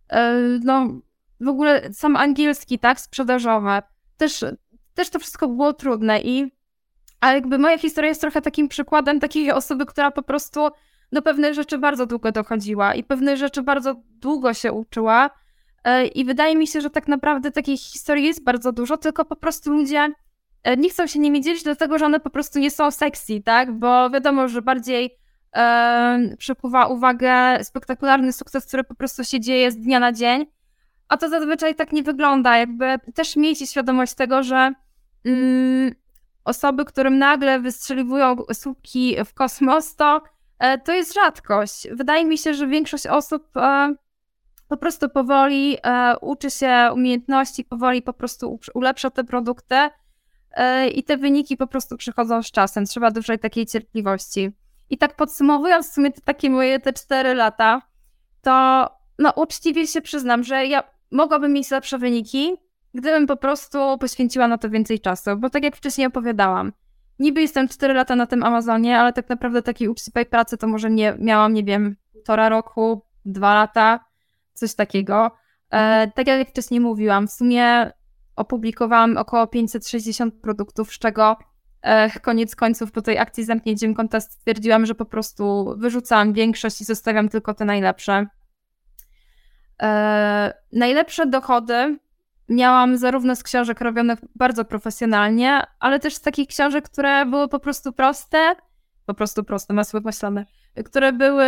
w ogóle sam angielski, tak, sprzedażowe. Też to wszystko było trudne ale jakby moja historia jest trochę takim przykładem takiej osoby, która po prostu do pewnych rzeczy bardzo długo dochodziła i pewnych rzeczy bardzo długo się uczyła i wydaje mi się, że tak naprawdę takich historii jest bardzo dużo, tylko po prostu ludzie nie chcą się nimi dzielić, dlatego że one po prostu nie są sexy, tak, bo wiadomo, że bardziej przykuwa uwagę spektakularny sukces, który po prostu się dzieje z dnia na dzień, a to zazwyczaj tak nie wygląda, jakby też miejcie świadomość tego, że osoby, którym nagle wystrzeliwują słupki w kosmos, to jest rzadkość. Wydaje mi się, że większość osób po prostu powoli uczy się umiejętności, powoli po prostu ulepsza te produkty i te wyniki po prostu przychodzą z czasem. Trzeba dużej takiej cierpliwości. I tak podsumowując w sumie te takie moje te 4 lata, to no uczciwie się przyznam, że ja mogłabym mieć lepsze wyniki, gdybym po prostu poświęciła na to więcej czasu, bo tak jak wcześniej opowiadałam, niby jestem 4 lata na tym Amazonie, ale tak naprawdę takiej uczciwej pracy to może miałam, nie wiem, 1,5 roku, 2 lata, coś takiego. Tak jak wcześniej mówiłam, w sumie opublikowałam około 560 produktów, z czego koniec końców po tej akcji Zamknięciem konta stwierdziłam, że po prostu wyrzucałam większość i zostawiam tylko te najlepsze. Najlepsze dochody miałam zarówno z książek robionych bardzo profesjonalnie, ale też z takich książek, które były po prostu proste, masło maślane, które były,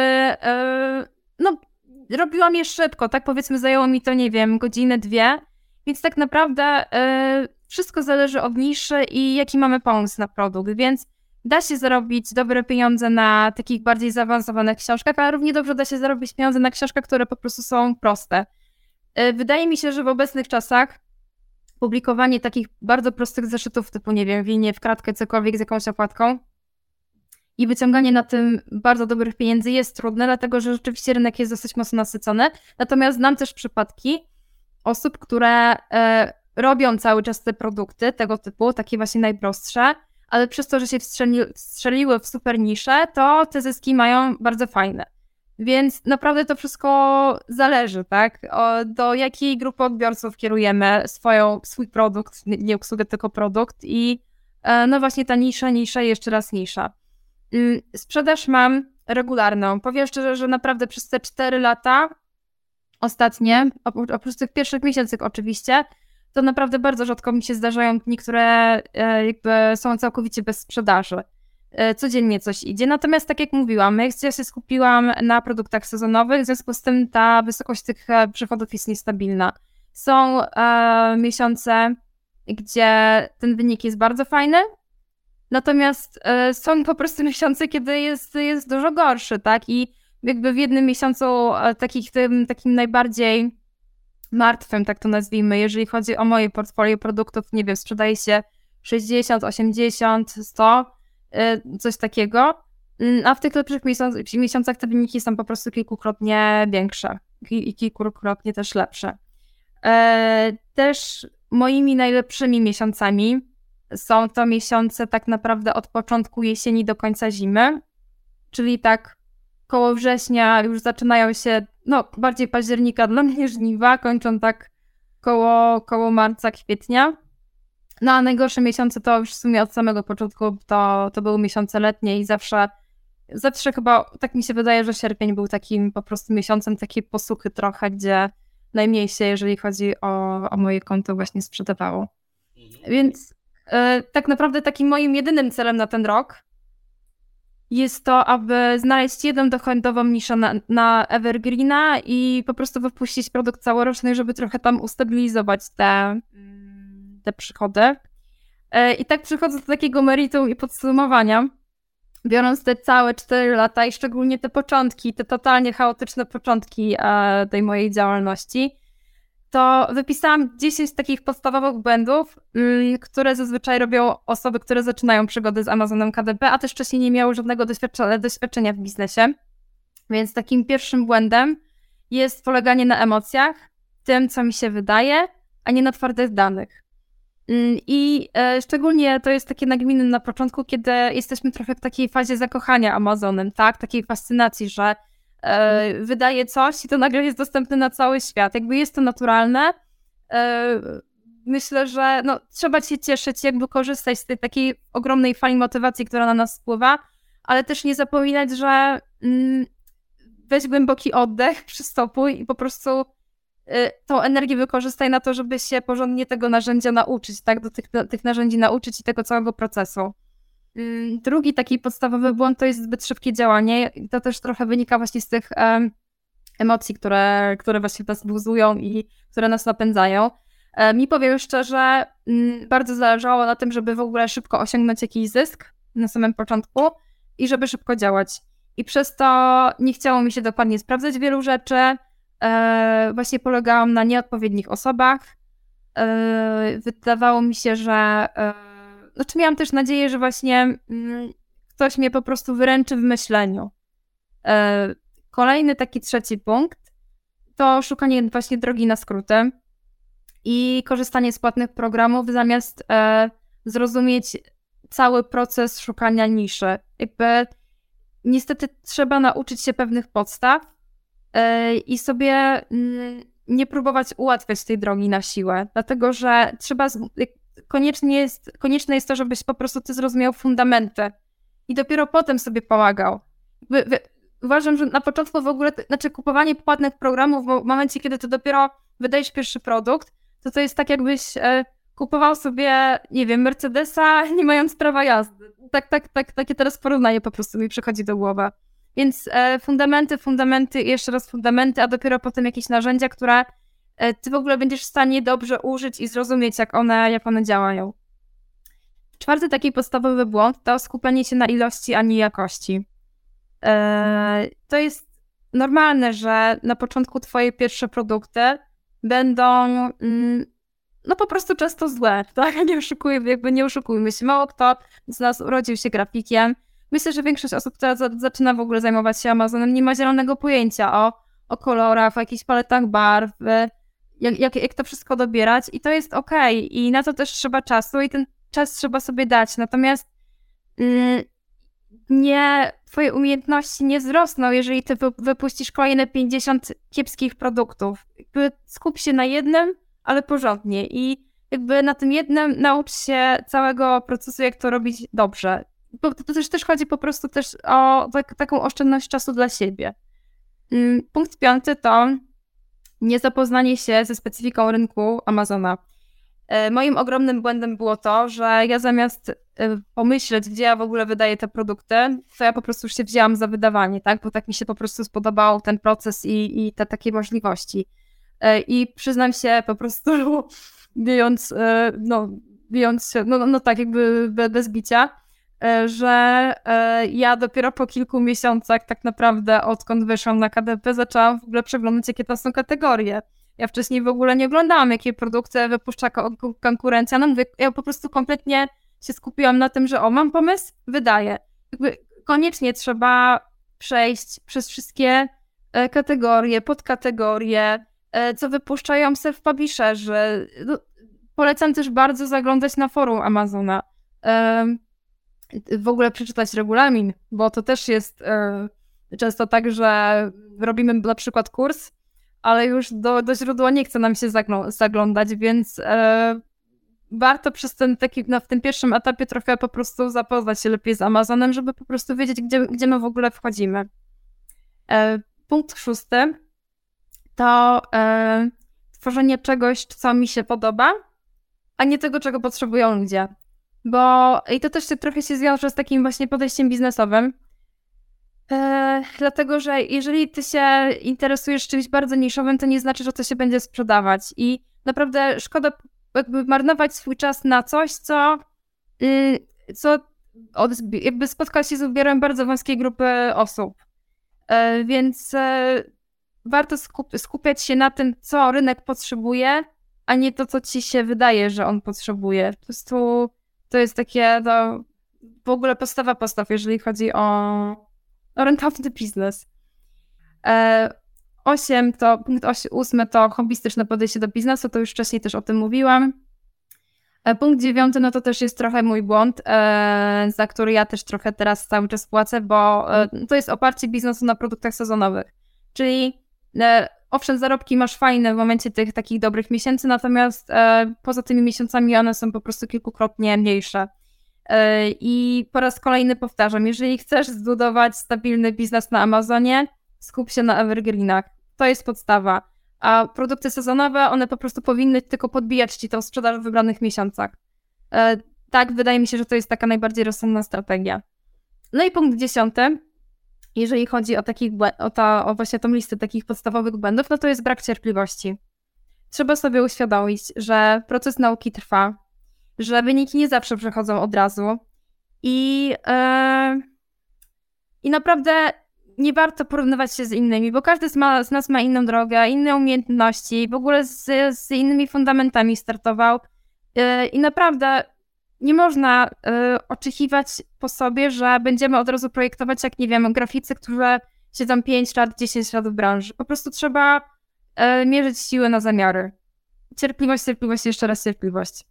robiłam je szybko, tak powiedzmy zajęło mi to, nie wiem, godzinę, 2, więc tak naprawdę wszystko zależy od niszy i jaki mamy pomysł na produkt, więc da się zarobić dobre pieniądze na takich bardziej zaawansowanych książkach, ale równie dobrze da się zarobić pieniądze na książkach, które po prostu są proste. Wydaje mi się, że w obecnych czasach publikowanie takich bardzo prostych zeszytów typu, nie wiem, w linie, w kratkę, cokolwiek z jakąś okładką i wyciąganie na tym bardzo dobrych pieniędzy jest trudne, dlatego że rzeczywiście rynek jest dosyć mocno nasycony. Natomiast znam też przypadki osób, które robią cały czas te produkty tego typu, takie właśnie najprostsze, ale przez to, że się wstrzeliły w super nisze, to te zyski mają bardzo fajne. Więc naprawdę to wszystko zależy, tak? Do jakiej grupy odbiorców kierujemy swój produkt, nie usługę, tylko produkt i no właśnie ta nisza i jeszcze raz nisza. Sprzedaż mam regularną. Powiem szczerze, że naprawdę przez te 4 lata ostatnie, oprócz tych pierwszych miesięcy oczywiście, to naprawdę bardzo rzadko mi się zdarzają dni, które jakby są całkowicie bez sprzedaży. codziennie coś idzie. Natomiast tak jak mówiłam, ja się skupiłam na produktach sezonowych, w związku z tym ta wysokość tych przychodów jest niestabilna. Są miesiące, gdzie ten wynik jest bardzo fajny, natomiast są po prostu miesiące, kiedy jest dużo gorszy, tak? I jakby w jednym miesiącu takim najbardziej martwym, tak to nazwijmy, jeżeli chodzi o moje portfolio produktów, nie wiem, sprzedaje się 60, 80, 100, coś takiego, a w tych lepszych miesiącach te wyniki są po prostu kilkukrotnie większe i kilkukrotnie też lepsze. Też moimi najlepszymi miesiącami są to miesiące tak naprawdę od początku jesieni do końca zimy, czyli tak koło września już zaczynają się, bardziej października dla mnie żniwa, kończą tak koło marca, kwietnia. No a najgorsze miesiące to już w sumie od samego początku to były miesiące letnie i zawsze chyba, tak mi się wydaje, że sierpień był takim po prostu miesiącem takiej posuchy trochę, gdzie najmniej się, jeżeli chodzi o moje konto, właśnie sprzedawało. Więc tak naprawdę takim moim jedynym celem na ten rok jest to, aby znaleźć jedną dochodową niszę na Evergreena i po prostu wypuścić produkt całoroczny, żeby trochę tam ustabilizować te przychody. I tak przychodzę do takiego meritum i podsumowania. Biorąc te całe 4 lata i szczególnie te początki, te totalnie chaotyczne początki tej mojej działalności, to wypisałam 10 takich podstawowych błędów, które zazwyczaj robią osoby, które zaczynają przygody z Amazonem KDP, a też wcześniej nie miały żadnego doświadczenia w biznesie. Więc takim pierwszym błędem jest poleganie na emocjach, tym, co mi się wydaje, a nie na twardych danych. I szczególnie to jest takie nagminne na początku, kiedy jesteśmy trochę w takiej fazie zakochania Amazonem, tak? Takiej fascynacji, że wydaje coś i to nagle jest dostępne na cały świat. Jakby jest to naturalne. Myślę, że trzeba się cieszyć, jakby korzystać z tej takiej ogromnej fali motywacji, która na nas spływa, ale też nie zapominać, że weź głęboki oddech, przystopuj i po prostu tą energię wykorzystaj na to, żeby się porządnie tego narzędzia nauczyć, tak? Do tych narzędzi nauczyć i tego całego procesu. Drugi taki podstawowy błąd to jest zbyt szybkie działanie. To też trochę wynika właśnie z tych emocji, które właśnie nas buzują i które nas napędzają. Mi, powiem szczerze, bardzo zależało na tym, żeby w ogóle szybko osiągnąć jakiś zysk na samym początku i żeby szybko działać. I przez to nie chciało mi się dokładnie sprawdzać wielu rzeczy. Właśnie polegałam na nieodpowiednich osobach. Wydawało mi się, że miałam też nadzieję, że właśnie ktoś mnie po prostu wyręczy w myśleniu. Kolejny taki trzeci punkt to szukanie właśnie drogi na skróty i korzystanie z płatnych programów zamiast zrozumieć cały proces szukania niszy. Jakby niestety trzeba nauczyć się pewnych podstaw i sobie nie próbować ułatwiać tej drogi na siłę, dlatego że konieczne jest to, żebyś po prostu ty zrozumiał fundamenty i dopiero potem sobie pomagał. Uważam, że na początku w ogóle, kupowanie płatnych programów w momencie, kiedy ty dopiero wydajesz pierwszy produkt, to jest tak, jakbyś kupował sobie, nie wiem, Mercedesa, nie mając prawa jazdy. Takie teraz porównanie po prostu mi przychodzi do głowy. Więc fundamenty i jeszcze raz fundamenty, a dopiero potem jakieś narzędzia, które ty w ogóle będziesz w stanie dobrze użyć i zrozumieć, jak one działają. Czwarty taki podstawowy błąd to skupianie się na ilości, a nie jakości. To jest normalne, że na początku twoje pierwsze produkty będą po prostu często złe, tak? Nie oszukujmy się. Mało kto z nas urodził się grafikiem. Myślę, że większość osób, która zaczyna w ogóle zajmować się Amazonem, nie ma zielonego pojęcia o kolorach, o jakichś paletach barw, jak to wszystko dobierać i to jest okej. I na to też trzeba czasu i ten czas trzeba sobie dać. Natomiast twoje umiejętności nie wzrosną, jeżeli ty wypuścisz kolejne 50 kiepskich produktów. Jakby skup się na jednym, ale porządnie i jakby na tym jednym naucz się całego procesu, jak to robić dobrze. Bo to też chodzi po prostu też o taką oszczędność czasu dla siebie. Punkt 5 to niezapoznanie się ze specyfiką rynku Amazona. Moim ogromnym błędem było to, że ja zamiast pomyśleć, gdzie ja w ogóle wydaję te produkty, to ja po prostu już się wzięłam za wydawanie, tak? Bo tak mi się po prostu spodobał ten proces i te takie możliwości. I przyznam się po prostu, bijąc się, tak jakby bez bicia, że ja dopiero po kilku miesiącach tak naprawdę, odkąd wyszłam na KDP, zaczęłam w ogóle przeglądać, jakie to są kategorie. Ja wcześniej w ogóle nie oglądałam, jakie produkty wypuszcza konkurencja. No mówię, ja po prostu kompletnie się skupiłam na tym, że mam pomysł, wydaję. Jakby koniecznie trzeba przejść przez wszystkie kategorie, podkategorie, co wypuszczają self-publisherzy. Polecam też bardzo zaglądać na forum Amazona. W ogóle przeczytać regulamin, bo to też jest często tak, że robimy na przykład kurs, ale już do źródła nie chce nam się zaglądać, więc warto przez w tym pierwszym etapie trochę po prostu zapoznać się lepiej z Amazonem, żeby po prostu wiedzieć, gdzie my w ogóle wchodzimy. Punkt 6 to tworzenie czegoś, co mi się podoba, a nie tego, czego potrzebują ludzie. I to też trochę się wiąże z takim właśnie podejściem biznesowym. Dlatego, że jeżeli ty się interesujesz czymś bardzo niszowym, to nie znaczy, że to się będzie sprzedawać. I naprawdę szkoda jakby marnować swój czas na coś, co jakby spotka się z odbiorem bardzo wąskiej grupy osób. Więc warto skupiać się na tym, co rynek potrzebuje, a nie to, co ci się wydaje, że on potrzebuje. Po prostu to jest takie w ogóle podstawa postaw, jeżeli chodzi o rentowny biznes. Punkt 8 to hobbystyczne podejście do biznesu, to już wcześniej też o tym mówiłam. Punkt 9 to też jest trochę mój błąd, za który ja też trochę teraz cały czas płacę, bo to jest oparcie biznesu na produktach sezonowych. Czyli owszem, zarobki masz fajne w momencie tych takich dobrych miesięcy, natomiast poza tymi miesiącami one są po prostu kilkukrotnie mniejsze. I po raz kolejny powtarzam, jeżeli chcesz zbudować stabilny biznes na Amazonie, skup się na evergreenach. To jest podstawa. A produkty sezonowe, one po prostu powinny tylko podbijać ci tą sprzedaż w wybranych miesiącach. Tak, wydaje mi się, że to jest taka najbardziej rozsądna strategia. No i punkt 10, jeżeli chodzi o właśnie tą listę takich podstawowych błędów, no to jest brak cierpliwości. Trzeba sobie uświadomić, że proces nauki trwa, że wyniki nie zawsze przychodzą od razu i naprawdę nie warto porównywać się z innymi, bo każdy z nas ma inną drogę, inne umiejętności, w ogóle z innymi fundamentami startował i naprawdę nie można oczekiwać po sobie, że będziemy od razu projektować, jak nie wiem, graficy, którzy siedzą 5 lat, 10 lat w branży. Po prostu trzeba mierzyć siły na zamiary. Cierpliwość, jeszcze raz cierpliwość.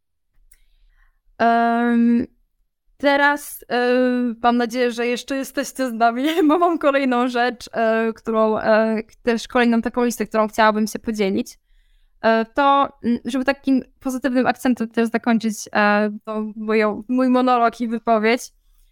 Teraz mam nadzieję, że jeszcze jesteście z nami, bo mam kolejną rzecz, też kolejną taką listę, którą chciałabym się podzielić. To, żeby takim pozytywnym akcentem też zakończyć mój monolog i wypowiedź,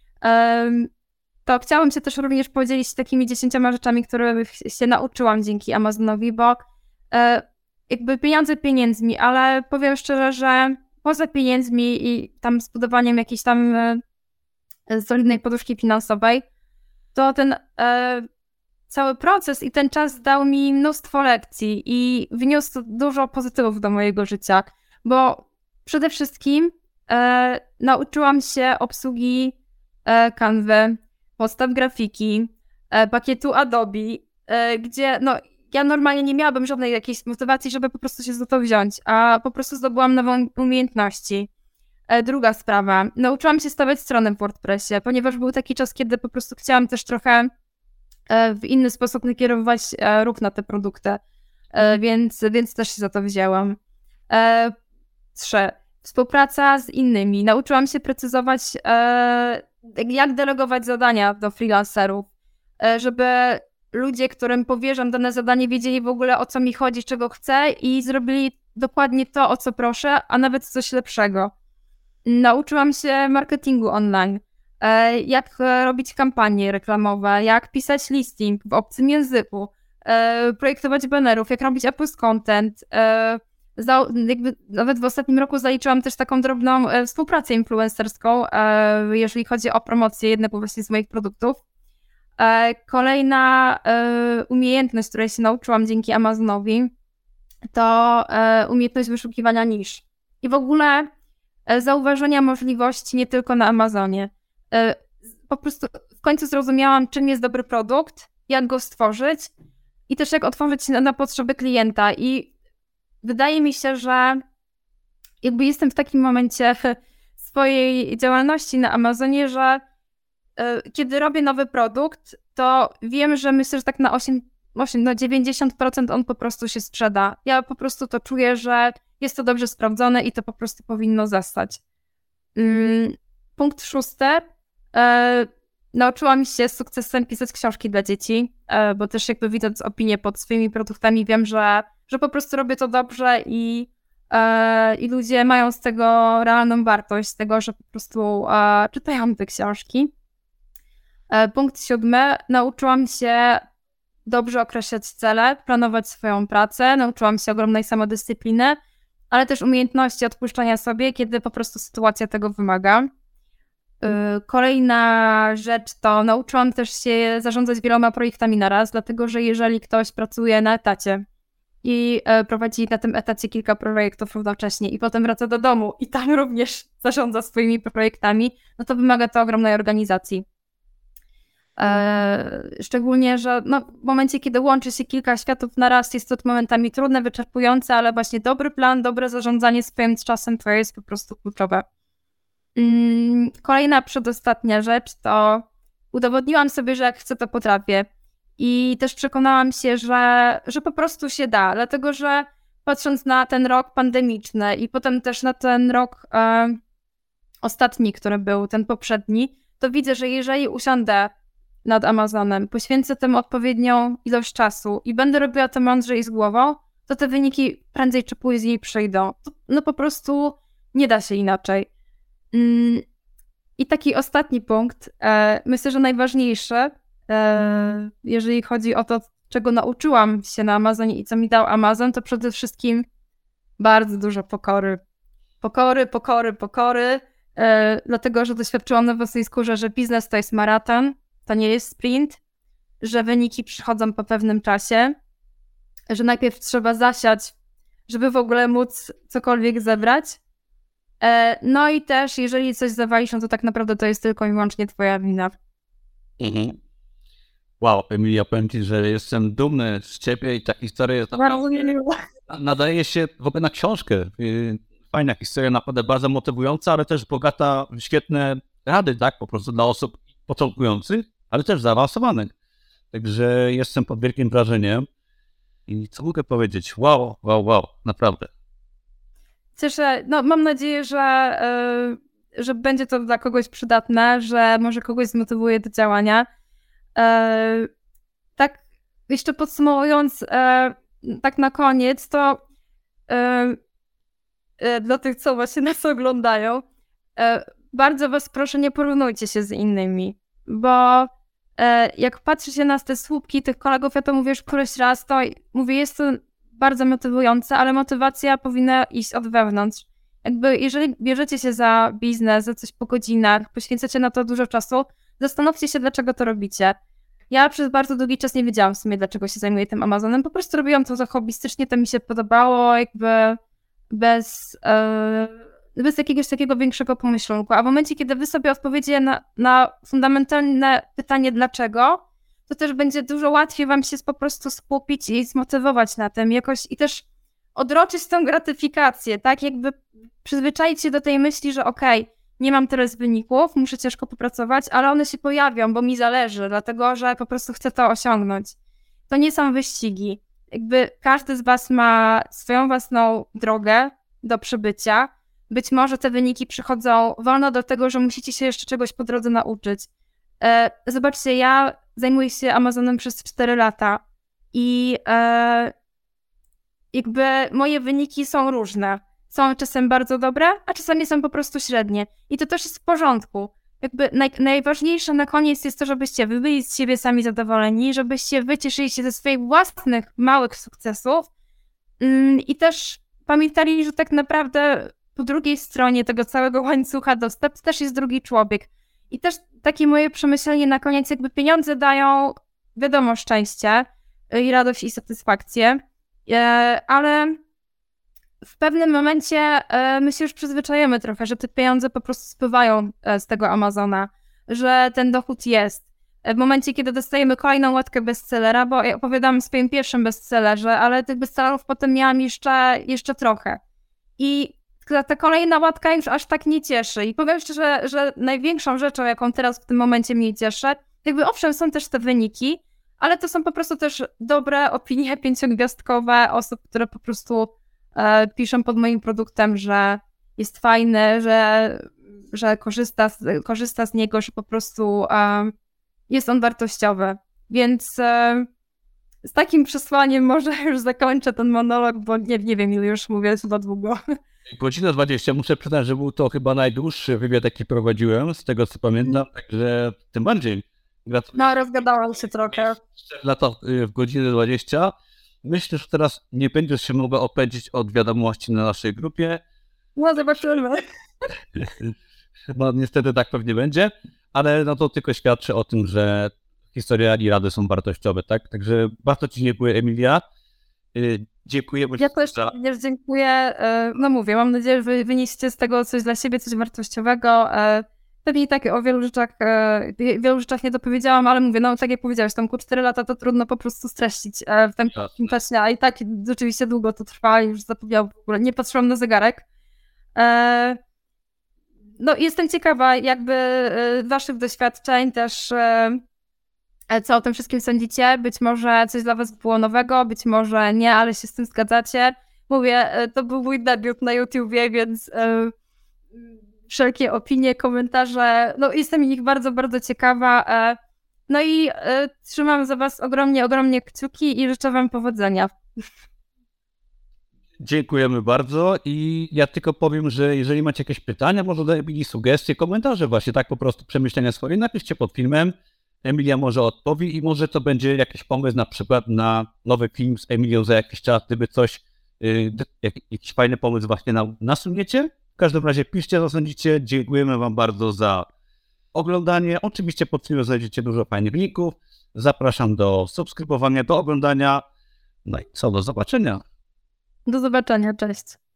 to chciałabym się też również podzielić takimi 10 rzeczami, które się nauczyłam dzięki Amazonowi, bo jakby pieniądze pieniędzmi, ale powiem szczerze, że poza pieniędzmi i tam zbudowaniem jakiejś tam solidnej poduszki finansowej, to ten cały proces i ten czas dał mi mnóstwo lekcji i wniósł dużo pozytywów do mojego życia, bo przede wszystkim nauczyłam się obsługi Canvy, podstaw grafiki, pakietu Adobe, gdzie ja normalnie nie miałabym żadnej jakiejś motywacji, żeby po prostu się za to wziąć, a po prostu zdobyłam nową umiejętności. Druga sprawa, nauczyłam się stawiać stronę w WordPressie, ponieważ był taki czas, kiedy po prostu chciałam też trochę w inny sposób nakierować ruch na te produkty, więc też się za to wzięłam. 3. Współpraca z innymi. Nauczyłam się precyzować, jak delegować zadania do freelancerów, żeby ludzie, którym powierzam dane zadanie, wiedzieli w ogóle, o co mi chodzi, czego chcę i zrobili dokładnie to, o co proszę, a nawet coś lepszego. Nauczyłam się marketingu online, jak robić kampanie reklamowe, jak pisać listing w obcym języku, projektować banerów, jak robić post content, jakby nawet w ostatnim roku zaliczyłam też taką drobną współpracę influencerską, jeżeli chodzi o promocję jednego właśnie z moich produktów. Kolejna umiejętność, której się nauczyłam dzięki Amazonowi, to umiejętność wyszukiwania nisz. I w ogóle zauważenia możliwości nie tylko na Amazonie. Po prostu w końcu zrozumiałam, czym jest dobry produkt, jak go stworzyć i też jak otworzyć się na potrzeby klienta. I wydaje mi się, że jakby jestem w takim momencie swojej działalności na Amazonie, że kiedy robię nowy produkt, to wiem, że myślę, że tak na 90% on po prostu się sprzeda. Ja po prostu to czuję, że jest to dobrze sprawdzone i to po prostu powinno zostać. Punkt 6. Nauczyłam się z sukcesem pisać książki dla dzieci, bo też jakby widząc opinię pod swoimi produktami wiem, że po prostu robię to dobrze i ludzie mają z tego realną wartość, z tego, że po prostu czytają te książki. Punkt 7. Nauczyłam się dobrze określać cele, planować swoją pracę, nauczyłam się ogromnej samodyscypliny, ale też umiejętności odpuszczania sobie, kiedy po prostu sytuacja tego wymaga. Kolejna rzecz to nauczyłam też się zarządzać wieloma projektami na raz, dlatego że jeżeli ktoś pracuje na etacie i prowadzi na tym etacie kilka projektów równocześnie i potem wraca do domu i tam również zarządza swoimi projektami, no to wymaga to ogromnej organizacji. Szczególnie, że w momencie, kiedy łączy się kilka światów na raz, jest to momentami trudne, wyczerpujące, ale właśnie dobry plan, dobre zarządzanie swoim czasem to jest po prostu kluczowe. Kolejna, przedostatnia rzecz to udowodniłam sobie, że jak chcę, to potrafię. I też przekonałam się, że po prostu się da, dlatego że patrząc na ten rok pandemiczny i potem też na ten rok ostatni, który był, ten poprzedni, to widzę, że jeżeli usiądę nad Amazonem, poświęcę temu odpowiednią ilość czasu i będę robiła to mądrze i z głową, to te wyniki prędzej czy później przyjdą. No po prostu nie da się inaczej. I taki ostatni punkt, myślę, że najważniejszy, jeżeli chodzi o to, czego nauczyłam się na Amazonie i co mi dał Amazon, to przede wszystkim bardzo dużo pokory. Pokory, dlatego, że doświadczyłam na własnej skórze, że biznes to jest maraton, to nie jest sprint, że wyniki przychodzą po pewnym czasie, że najpierw trzeba zasiać, żeby w ogóle móc cokolwiek zebrać. No i też, jeżeli coś zawalisz, no to tak naprawdę to jest tylko i wyłącznie twoja wina. Wow, Emilia, powiem ci, że jestem dumny z ciebie i ta historia jest nadaje się w ogóle na książkę. Fajna historia, naprawdę bardzo motywująca, ale też bogata w świetne rady, tak, po prostu dla osób początkujących, ale też zaawansowanych. Także jestem pod wielkim wrażeniem i co mogę powiedzieć? Wow, naprawdę. Cieszę, mam nadzieję, że będzie to dla kogoś przydatne, że może kogoś zmotywuje do działania. Tak jeszcze podsumowując, tak na koniec, to dla tych, co właśnie nas oglądają, bardzo was proszę, nie porównujcie się z innymi, bo jak patrzy się na te słupki tych kolegów, ja to mówię już któryś raz, to mówię, jest to bardzo motywujące, ale motywacja powinna iść od wewnątrz. Jakby jeżeli bierzecie się za biznes, za coś po godzinach, poświęcacie na to dużo czasu, zastanówcie się, dlaczego to robicie. Ja przez bardzo długi czas nie wiedziałam w sumie, dlaczego się zajmuję tym Amazonem, po prostu robiłam to za hobbystycznie, to mi się podobało, jakby bez jakiegoś takiego większego pomyślunku. A w momencie, kiedy wy sobie odpowiecie na fundamentalne pytanie dlaczego, to też będzie dużo łatwiej wam się po prostu skupić i zmotywować na tym jakoś i też odroczyć tę gratyfikację, tak? Jakby przyzwyczaić się do tej myśli, że okej, nie mam teraz wyników, muszę ciężko popracować, ale one się pojawią, bo mi zależy, dlatego że po prostu chcę to osiągnąć. To nie są wyścigi. Jakby każdy z was ma swoją własną drogę do przebycia. Być może te wyniki przychodzą wolno do tego, że musicie się jeszcze czegoś po drodze nauczyć. Zobaczcie, ja zajmuję się Amazonem przez 4 lata i jakby moje wyniki są różne. Są czasem bardzo dobre, a czasami są po prostu średnie. I to też jest w porządku. Jakby najważniejsze na koniec jest to, żebyście wy byli z siebie sami zadowoleni, żebyście wy cieszyli się ze swoich własnych małych sukcesów i też pamiętali, że tak naprawdę po drugiej stronie tego całego łańcucha dostaw też jest drugi człowiek. I też takie moje przemyślenie na koniec, jakby pieniądze dają, wiadomo, szczęście i radość i satysfakcję, ale w pewnym momencie my się już przyzwyczajemy trochę, że te pieniądze po prostu spływają z tego Amazona, że ten dochód jest. W momencie, kiedy dostajemy kolejną łatkę bestsellera, bo ja opowiadam o swoim pierwszym bestsellerze, ale tych bestsellerów potem miałam jeszcze trochę. I ta kolejna łatka już aż tak nie cieszy. I powiem szczerze, że największą rzeczą, jaką teraz w tym momencie mnie cieszy, jakby owszem, są też te wyniki, ale to są po prostu też dobre opinie 5-gwiazdkowe osób, które po prostu piszą pod moim produktem, że jest fajny, że korzysta z niego, że po prostu jest on wartościowy. Więc z takim przesłaniem może już zakończę ten monolog, bo nie wiem, ile już mówię, chyba długo. Godzina 20, muszę przyznać, że był to chyba najdłuższy wywiad, jaki prowadziłem, z tego co pamiętam, także tym bardziej gratuluję. No, rozgadałam się trochę. 4 lata w godzinę 20. Myślę, że teraz nie będziesz się mogła opędzić od wiadomości na naszej grupie. No, zobaczymy. Chyba niestety tak pewnie będzie, ale no to tylko świadczy o tym, że historia i rady są wartościowe, tak? Także bardzo Ci dziękuję, Emilia. Dziękuję. Ja też również dziękuję. No mówię, mam nadzieję, że wynieście z tego coś dla siebie, coś wartościowego. Pewnie tak o wielu rzeczach nie dopowiedziałam, ale mówię, no tak jak powiedziałeś, Tomku, 4 lata to trudno po prostu streścić w tym czasie, a i tak rzeczywiście długo to trwa i już zapomniałam w ogóle, nie patrzyłam na zegarek. No jestem ciekawa jakby waszych doświadczeń też, co o tym wszystkim sądzicie. Być może coś dla was było nowego, być może nie, ale się z tym zgadzacie. Mówię, to był mój debiut na YouTubie, więc wszelkie opinie, komentarze, no jestem ich bardzo, bardzo ciekawa. No i trzymam za was ogromnie, ogromnie kciuki i życzę wam powodzenia. Dziękujemy bardzo i ja tylko powiem, że jeżeli macie jakieś pytania, może do Emilii sugestie, komentarze właśnie, tak po prostu przemyślenia swoje, napiszcie pod filmem, Emilia może odpowie i może to będzie jakiś pomysł na przykład na nowy film z Emilią za jakiś czas, gdyby coś, jakiś fajny pomysł właśnie nasuniecie. W każdym razie piszcie, co sądzicie, dziękujemy wam bardzo za oglądanie. Oczywiście pod filmem znajdziecie dużo fajnych linków, zapraszam do subskrybowania, do oglądania, no i co, do zobaczenia. Do zobaczenia, cześć.